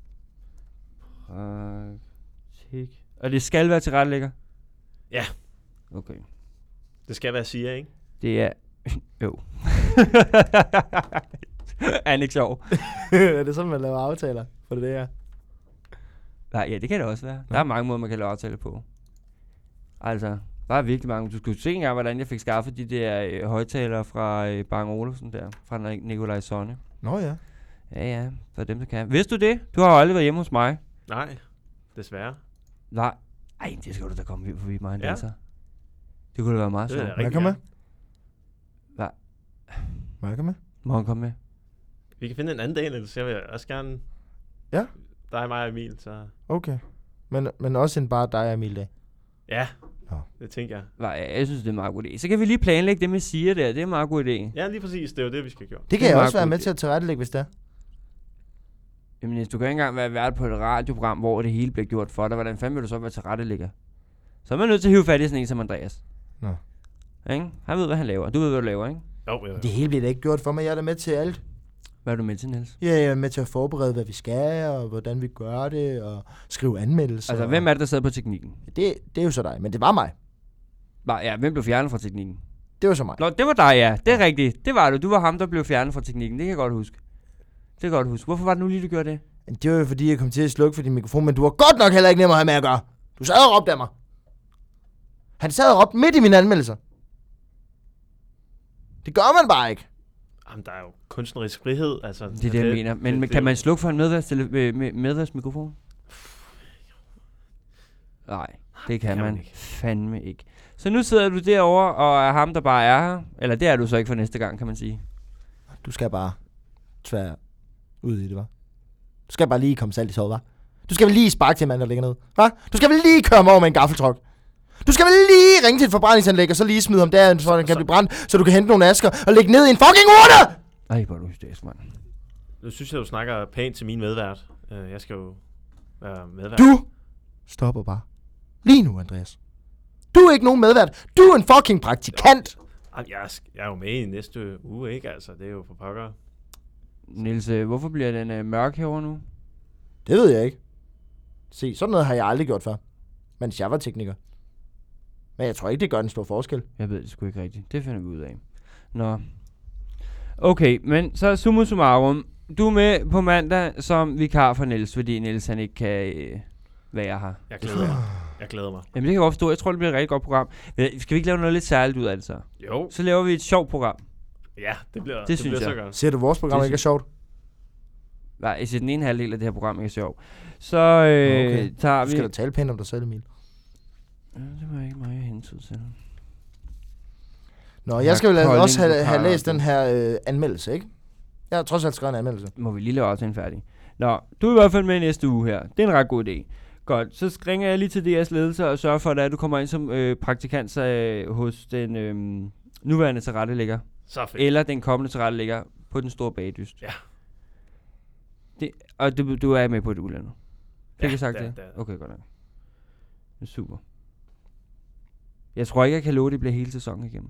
Praktik. Og det skal være til rettelægger? Ja. Okay. Det skal være Sia, ikke? Det er... Jo. Er ikke sjov? Er det sådan, man laver aftaler for det der? Nej, ja, det kan det også være. Ja. Der er mange måder, man kan lave aftaler på. Altså, bare virkelig mange. Du skulle se engang, hvordan jeg fik skaffet de der øh, højtalere fra øh, Bang Olufsen der. Fra Nikolaj Sonne. Nå ja. Ja, ja. For dem, der kan. Vidste du det? Du har jo aldrig været hjemme hos mig. Nej, desværre. Nej. Ej, det skal du da komme forbi mig en ja. dag så. Det kunne da være meget sjovt. Må jeg komme med? Hvad? Må jeg komme med? Må han komme med? Vi kan finde en anden dag, ellers jeg vil også gerne... Ja. Dig, mig og Emil, så... Okay. Men, men også en bare dig og Emil dag? Ja, ja. Det tænker jeg. Nej, jeg synes, det er en meget god idé. Så kan vi lige planlægge det med Sia der. Det er en meget god idé. Ja, lige præcis. Det er jo det, vi skal gøre. Det kan det jeg også være med idé. til at tilrettelægge, hvis det er. Jamen, hvis du kan ikke engang være vært på et radioprogram, hvor det hele bliver gjort for dig, hvordan fanden vil du så være tilrettelægger? Så er man nødt til at hive fat i sådan en som Andreas. Nå. Ikke? Han ved, hvad han laver. Du ved, hvad du laver, ikke? Jo, jo, jo. Det hele bliver da ikke gjort for mig. Jeg er da med til alt. Hvad er du med til, Niels? Ja, jeg er med til at forberede, hvad vi skal, og hvordan vi gør det, og skrive anmeldelser. Altså, hvem er det, der sidder på teknikken? Det, det er jo så dig, men det var mig. Bare, ja, hvem blev fjernet fra teknikken? Det var så mig. Nå, det var dig, ja. Det er rigtigt. Det var du. Du var ham, der blev fjernet fra teknikken. Det kan jeg godt huske. Det kan jeg godt huske. Hvorfor var det nu lige, du gjorde det? Det var jo fordi, jeg kom til at slukke for din mikrofon, men du var godt nok heller ikke nem at have med at gøre. Du sad og råbte af mig. Han sad og råbte midt i mine anmeldelser. Det gør man bare ikke. Jamen, der er jo kunstnerisk frihed, altså... Det er det, jeg mener. Men det, kan det, man slukke for en medværsmikrofon? Nej, det kan, kan man ikke. Fandme ikke. Så nu sidder du derovre og er ham, der bare er her. Eller det er du så ikke for næste gang, kan man sige. Du skal bare tvær ud i det, hva'? Du skal bare lige komme salt i såret, hva'? Du skal vel lige sparke til en mand, der ligger ned, hva'? Du skal vel lige køre ham over med en gaffeltruck. Du skal vel lige ringe til et forbrændingsanlæg, og så lige smide ham der, så den kan blive brændt, så du kan hente nogle asker og lægge ned i en fucking urne! Ej, hvor er du hysterisk, mand. Nu synes jeg, du snakker pænt til min medvært. Uh, jeg skal jo være medvært. Du stopper bare. Lige nu, Andreas. Du er ikke nogen medvært. Du er en fucking praktikant. Jeg, jeg, jeg er jo med i næste uge, ikke? Altså, det er jo for pokker. Niels, øh, hvorfor bliver den øh, mørk herovre nu? Det ved jeg ikke. Se, sådan noget har jeg aldrig gjort før. Mens jeg var tekniker. Men jeg tror ikke, det gør en stor forskel. Jeg ved det sgu ikke rigtigt. Det finder vi ud af. Nå. Okay, men så summa summarum. Du er med på mandag som vikar for Niels, fordi Niels han ikke kan øh, være her. Jeg glæder mig. Jeg glæder mig. Jamen det kan jeg godt forstå. Jeg tror, det bliver et rigtig godt program. Skal vi ikke lave noget lidt særligt ud af det så? Jo. Så laver vi et sjovt program. Ja, det bliver, det, det synes bliver jeg. så godt. Ser du, vores program det ikke er sjovt? Nej, jeg siger, den ene halvdel af det her program ikke er sjovt. Så øh, okay. tager vi... Du skal da tale pænt om dig selv, Emil. Ja, det var ikke meget hensyn til. Nå, jeg, jeg skal vel også have, have læst den her øh, anmeldelse, ikke? Jeg har trods alt skrevet en anmeldelse. Må vi lige lave aftalen færdig. Nå, du er i hvert fald med i næste uge her. Det er en ret god idé. Godt, så ringer jeg lige til D R's ledelse og sørger for, at du kommer ind som øh, praktikant øh, hos den øh, nuværende tilrettelægger. Så fedt. Eller den kommende tilrettelægger på den store bagdyst. Ja. Det, og du, du er med på et uland nu? Fik ja, jeg sagt det? det? det okay, godt nok. Det er super. Jeg tror ikke, jeg kan love, at det bliver hele sæsonen igennem.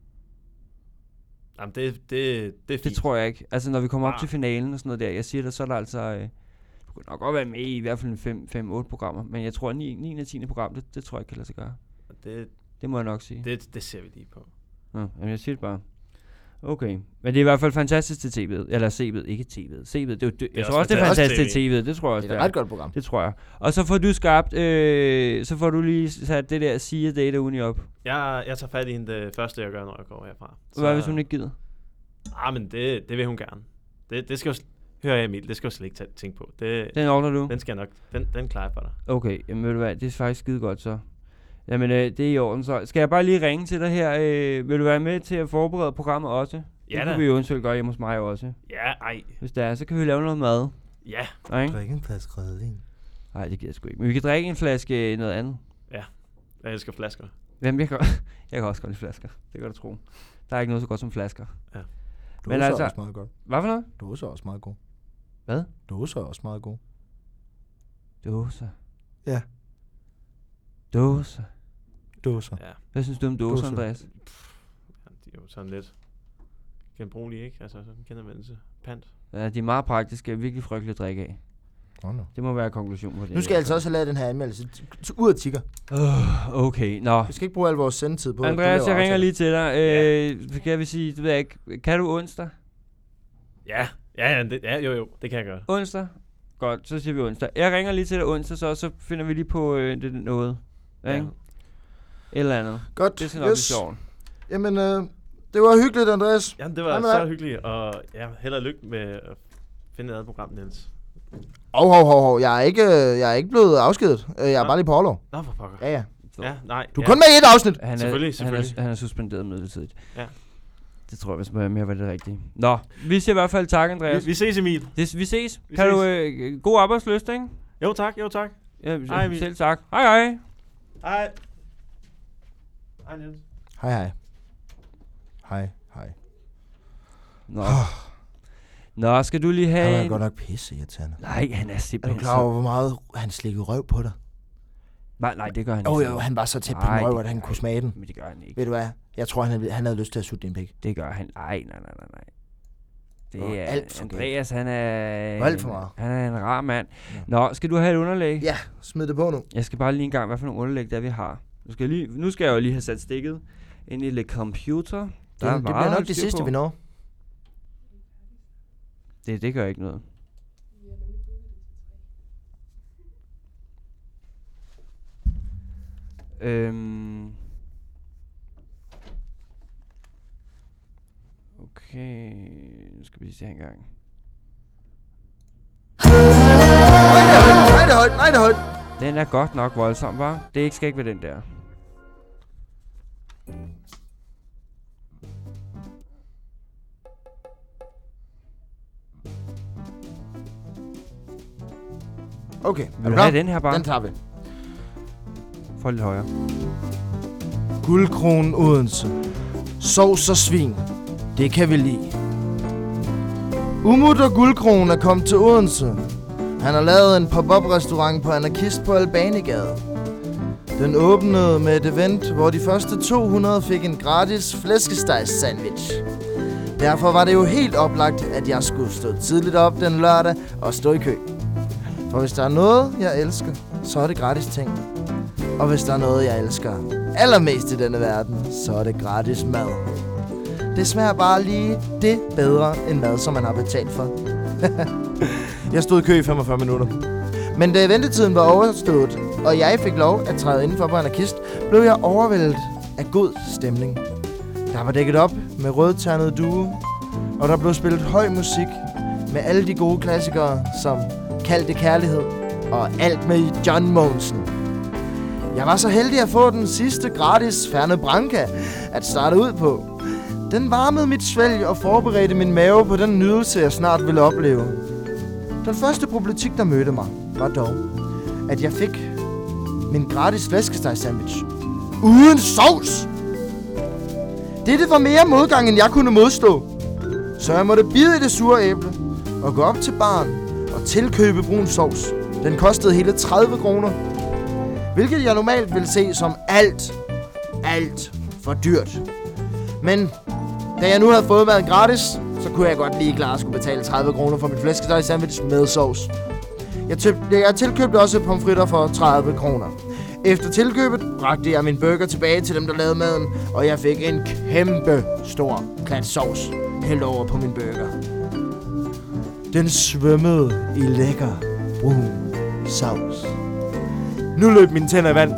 Jamen, det, det, det er fint. Det tror jeg ikke. Altså, når vi kommer ah. op til finalen og sådan noget der, jeg siger det, så er der altså... Øh, du kan nok godt være med i i hvert fald fem otte programmer, men jeg tror, at ni og ti program, det, det tror jeg ikke kan lade sig gøre. Det, det må jeg nok sige. Det, det ser vi lige på. Nå, jamen jeg siger det bare. Okay, men det er i hvert fald fantastisk til tv'et, eller C'et, ikke tv'et. C'et, det er jo, jeg tror også, det er fantastisk til tv'et, det tror jeg også. Det er et ret godt program. Det tror jeg. Og så får du skabt, øh, så får du lige sat det der Sia Data Uni op. Jeg, jeg tager fat i hende det første, jeg gør, når jeg går herfra. Så hvad hvis hun ikke gider? Ah, men det, det vil hun gerne. Det, det skal jo, hør jeg Emil, det skal jeg slet ikke tænke på. Det, den ordner du? Den skal jeg nok, den, den klarer jeg for dig. Okay, jamen ved du hvad, det er faktisk skide godt så. Jamen, øh, det er i orden så. Skal jeg bare lige ringe til dig her? Øh, vil du være med til at forberede programmet også? Ja det da. kan vi jo eventuelt gøre hjemme hos mig også. Ja, ej. Hvis det er, så kan vi lave noget mad. Ja. Drikke en flaske rødvin. Nej, det gider jeg sgu ikke. Men vi kan drikke en flaske noget andet. Ja, jeg elsker flasker. Jamen, jeg kan, jeg kan også godt lide flasker. Det kan du tro. Der er ikke noget så godt som flasker. Ja. Dåser altså, er også meget godt. Hvad for noget? Dåser er også meget god. Hvad? Dåser er også meget god. Dåser? Ja. Dåser? Dåser. Ja. Hvad synes du om dåser, Andreas? Pff, ja, de er jo sådan lidt genbrugelige, ikke? Altså sådan genanvendelse. Pant. Ja, de er meget praktiske. Virkelig frygteligt at drikke af. Oh, no. Det må være konklusion på det. Nu skal jeg altså også have lavet den her anmeldelse. Ud af tikker. Uh, okay, nå. Vi skal ikke bruge al vores sendetid på. Andreas, jeg ringer lige til dig. Øh, kan vi sige, det ved jeg ikke. Kan du onsdag? Ja, ja, ja, det, ja, jo, jo, det kan jeg gøre. Onsdag? Godt, så siger vi onsdag. Jeg ringer lige til dig onsdag, så, så finder vi lige på øh, det noget. Ja. Ikke? Eller andet. Godt, det skal nok yes. blive sjovt. Jamen, øh, det var hyggeligt, Andreas. Jamen, det var Jamen, så hyggeligt, og ja, held og lykke med at finde et andet program, Niels. Hov, hov, hov, hov. Jeg er ikke, jeg er ikke blevet afskedet. Jeg er Nå. bare lige på overlov. Nå, for pokker. Ja, ja. Ja, nej. Du er ja. kun med i et afsnit. Han er, selvfølgelig, selvfølgelig. Han er, han er suspenderet midlertidigt. Ja. Det tror jeg, hvis man mere var det rigtige. Nå, vi siger i hvert fald tak, Andreas. Vi, vi ses, Emil. Det, vi ses. Vi kan ses. du øh, god arbejdsløst, ikke? Jo, tak. Jo, tak. Ja, hej, Emil. Selv tak. Hej, hej. Hej. Hej, Niels. Hej, hej. Hej, hej. Nå. Nå, skal du lige have... Han er en... godt nok pisse irriterende. Nej, han er simpelthen... Er du klar over, hvor meget han slikkede røv på dig? Nej, nej, det gør han oh, ikke. Jo, han var så tæt på din røv, at han kunne smage den. Men det gør han ikke. Ved du hvad? Jeg tror, han havde, han havde lyst til at sutte din pik. Det gør han. Nej, nej, nej, nej, nej. Det oh, er alt for Andreas, han er... Alt for meget. Han er en rar mand. Ja. Nå, skal du have et underlæg? Ja, smid det på nu. Jeg skal bare lige en gang, hvad for nogle underlæg, der vi har. Nu skal jeg, lige, nu skal jeg jo lige have sat stikket ind i le computer. Der det, er det bliver nok det sidste, på. vi når. Det, det gør ikke noget. Øhm. Okay, nu skal vi lige se her en gang. Nej, det er højt, nej, det er højt. Den er godt nok voldsom, var. Det ikke skal ikke være den der. Okay, Vil du have den her bare? Den tager vi. Få lidt højere. Guldkronen Odense. Sovs og svin. Det kan vi lide. Umut og Guldkronen er kommet til Odense. Han har lavet en pop-up restaurant på Anarkist på Albanigade. Den åbnede med et event, hvor de første to hundrede fik en gratis flæskestegs sandwich. Derfor var det jo helt oplagt, at jeg skulle stå tidligt op den lørdag og stå i kø. For hvis der er noget, jeg elsker, så er det gratis ting. Og hvis der er noget, jeg elsker allermest i denne verden, så er det gratis mad. Det smager bare lige det bedre end mad, som man har betalt for. Jeg stod i kø i femogfyrre minutter. Men da ventetiden var overstået, og jeg fik lov at træde indenfor på Anarkist, blev jeg overvældet af god stemning. Der var dækket op med rødternet due, og der blev spillet høj musik med alle de gode klassikere, som Kaldte Kærlighed og alt med John Mogensen. Jeg var så heldig at få den sidste gratis Ferne Branca at starte ud på. Den varmede mit svælg og forberedte min mave på den nydelse, jeg snart ville opleve. Den første problematik, der mødte mig, var dog, at jeg fik min gratis flæskesteg sandwich uden sovs. Dette var mere modgang, end jeg kunne modstå. Så jeg måtte bide i det sure æble og gå op til baren og tilkøbe brun sovs. Den kostede hele tredive kroner. Hvilket jeg normalt ville se som alt, alt for dyrt. Men da jeg nu havde fået maden gratis, så kunne jeg godt lige klare at skulle betale tredive kroner for mit flæskesteg sandwich med sovs. Jeg, tøb, jeg tilkøbte også pomfritter for tredive kroner. Efter tilkøbet bragte jeg min burger tilbage til dem, der lavede maden, og jeg fik en kæmpe stor klat sovs hældt over på min burger. Den svømmede i lækker brun sovs. Nu løb mine tænder i vand,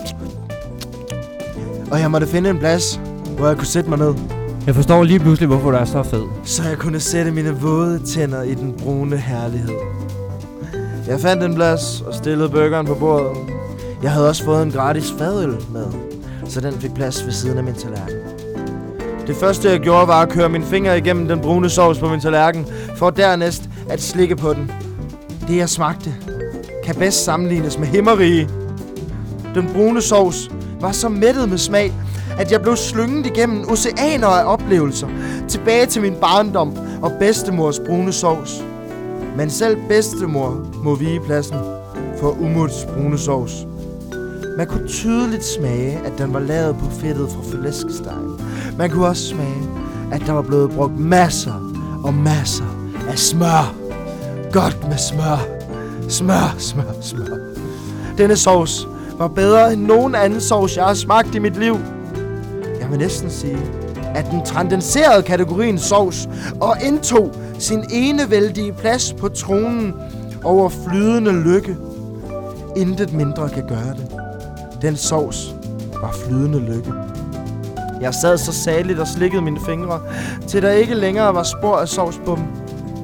og jeg måtte finde en plads, hvor jeg kunne sætte mig ned. Jeg forstår lige pludselig, hvorfor du er så fed. Så jeg kunne sætte mine våde tænder i den brune herlighed. Jeg fandt en plads og stillede burgeren på bordet. Jeg havde også fået en gratis fadøl med, så den fik plads ved siden af min tallerken. Det første jeg gjorde var at køre mine fingre igennem den brune sovs på min tallerken, for dernæst at slikke på den. Det jeg smagte kan bedst sammenlignes med himmerige. Den brune sovs var så mættet med smag, at jeg blev slynget igennem oceaner af oplevelser, tilbage til min barndom og bedstemors brune sovs. Men selv bedstemor må vige pladsen for Umuts brune sovs. Man kunne tydeligt smage, at den var lavet på fedtet fra flæskestegen. Man kunne også smage, at der var blevet brugt masser og masser af smør. Godt med smør. Smør, smør, smør. Denne sovs var bedre end nogen anden sovs, jeg har smagt i mit liv. Jeg vil næsten sige, at den transcenderede kategorien sovs og indtog sin enevældige plads på tronen over flydende lykke. Intet mindre kan gøre det. Den sovs var flydende lykke. Jeg sad så saligt og slikkede mine fingre, til der ikke længere var spor af sovs på dem.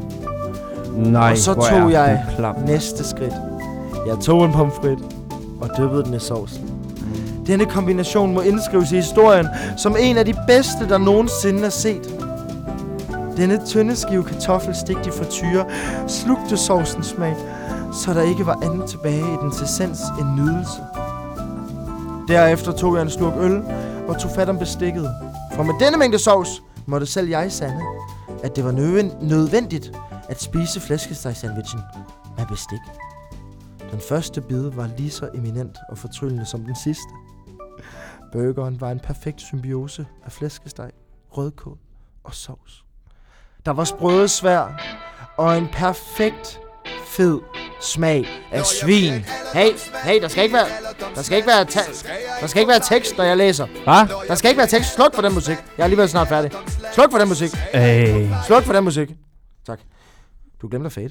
Nej, og så tog jeg næste skridt. Jeg tog en pomfrit og dyppede den i sovsen. Denne kombination må indskrives i historien som en af de bedste, der nogensinde er set. Denne tynde skive kartoffel stigt i frityre slugte sovsens smag, så der ikke var andet tilbage i dens essens end nydelse. Derefter tog jeg en slurk øl og tog fat om bestikket. For med denne mængde sovs måtte selv jeg sande, at det var nødvendigt at spise flæskestegsandwichen med bestik. Den første bid var lige så eminent og fortryllende som den sidste. Burgeren var en perfekt symbiose af flæskesteg, rødkål og sovs. Der var sprøde svær og en perfekt fed smag af svin. Hey, hey, der skal ikke være, der skal ikke være, ta- der skal ikke være tekst, når jeg læser. Hvad? Der skal ikke være tekst. Sluk for den musik. Jeg er alligevel snart færdig. Sluk for den musik. Hey. Sluk for den musik. Tak. Du glemte at fade.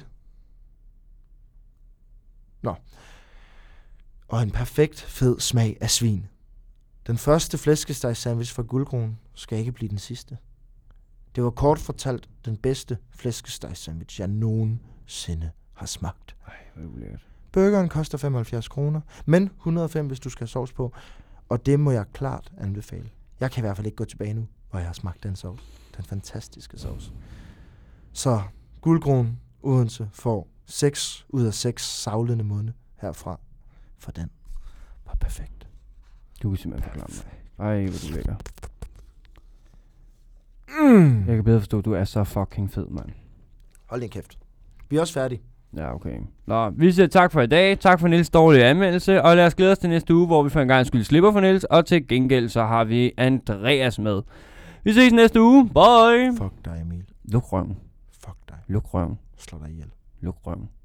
Nå. Og en perfekt fed smag af svin. Den første flæskesteg sandwich fra Guldkronen skal ikke blive den sidste. Det var kort fortalt den bedste flæskesteg sandwich, jeg nogensinde har smagt. Ej, hvor ulækkert. Burgeren koster femoghalvfjerds kroner, men et hundrede og fem, hvis du skal have sovs på. Og det må jeg klart anbefale. Jeg kan i hvert fald ikke gå tilbage nu, hvor jeg har smagt den sovs. Den fantastiske sovs. Så Guldkronen Odense får seks ud af seks savlende munde herfra, for den var perfekt. Du kan simpelthen forklare mig. Ej, hvor du lækker. Mm. Jeg kan bedre forstå, at du er så fucking fed, mand. Hold din kæft. Vi er også færdige. Ja, okay. Nå, vi siger tak for i dag. Tak for Niels dårlige anmeldelse. Og lad os glæde os til næste uge, hvor vi for en gang skyld slipper for Niels. Og til gengæld, så har vi Andreas med. Vi ses næste uge. Bye! Fuck dig, Emil. Luk røven. Fuck dig. Luk røven. Slå dig ihjel. Luk røven.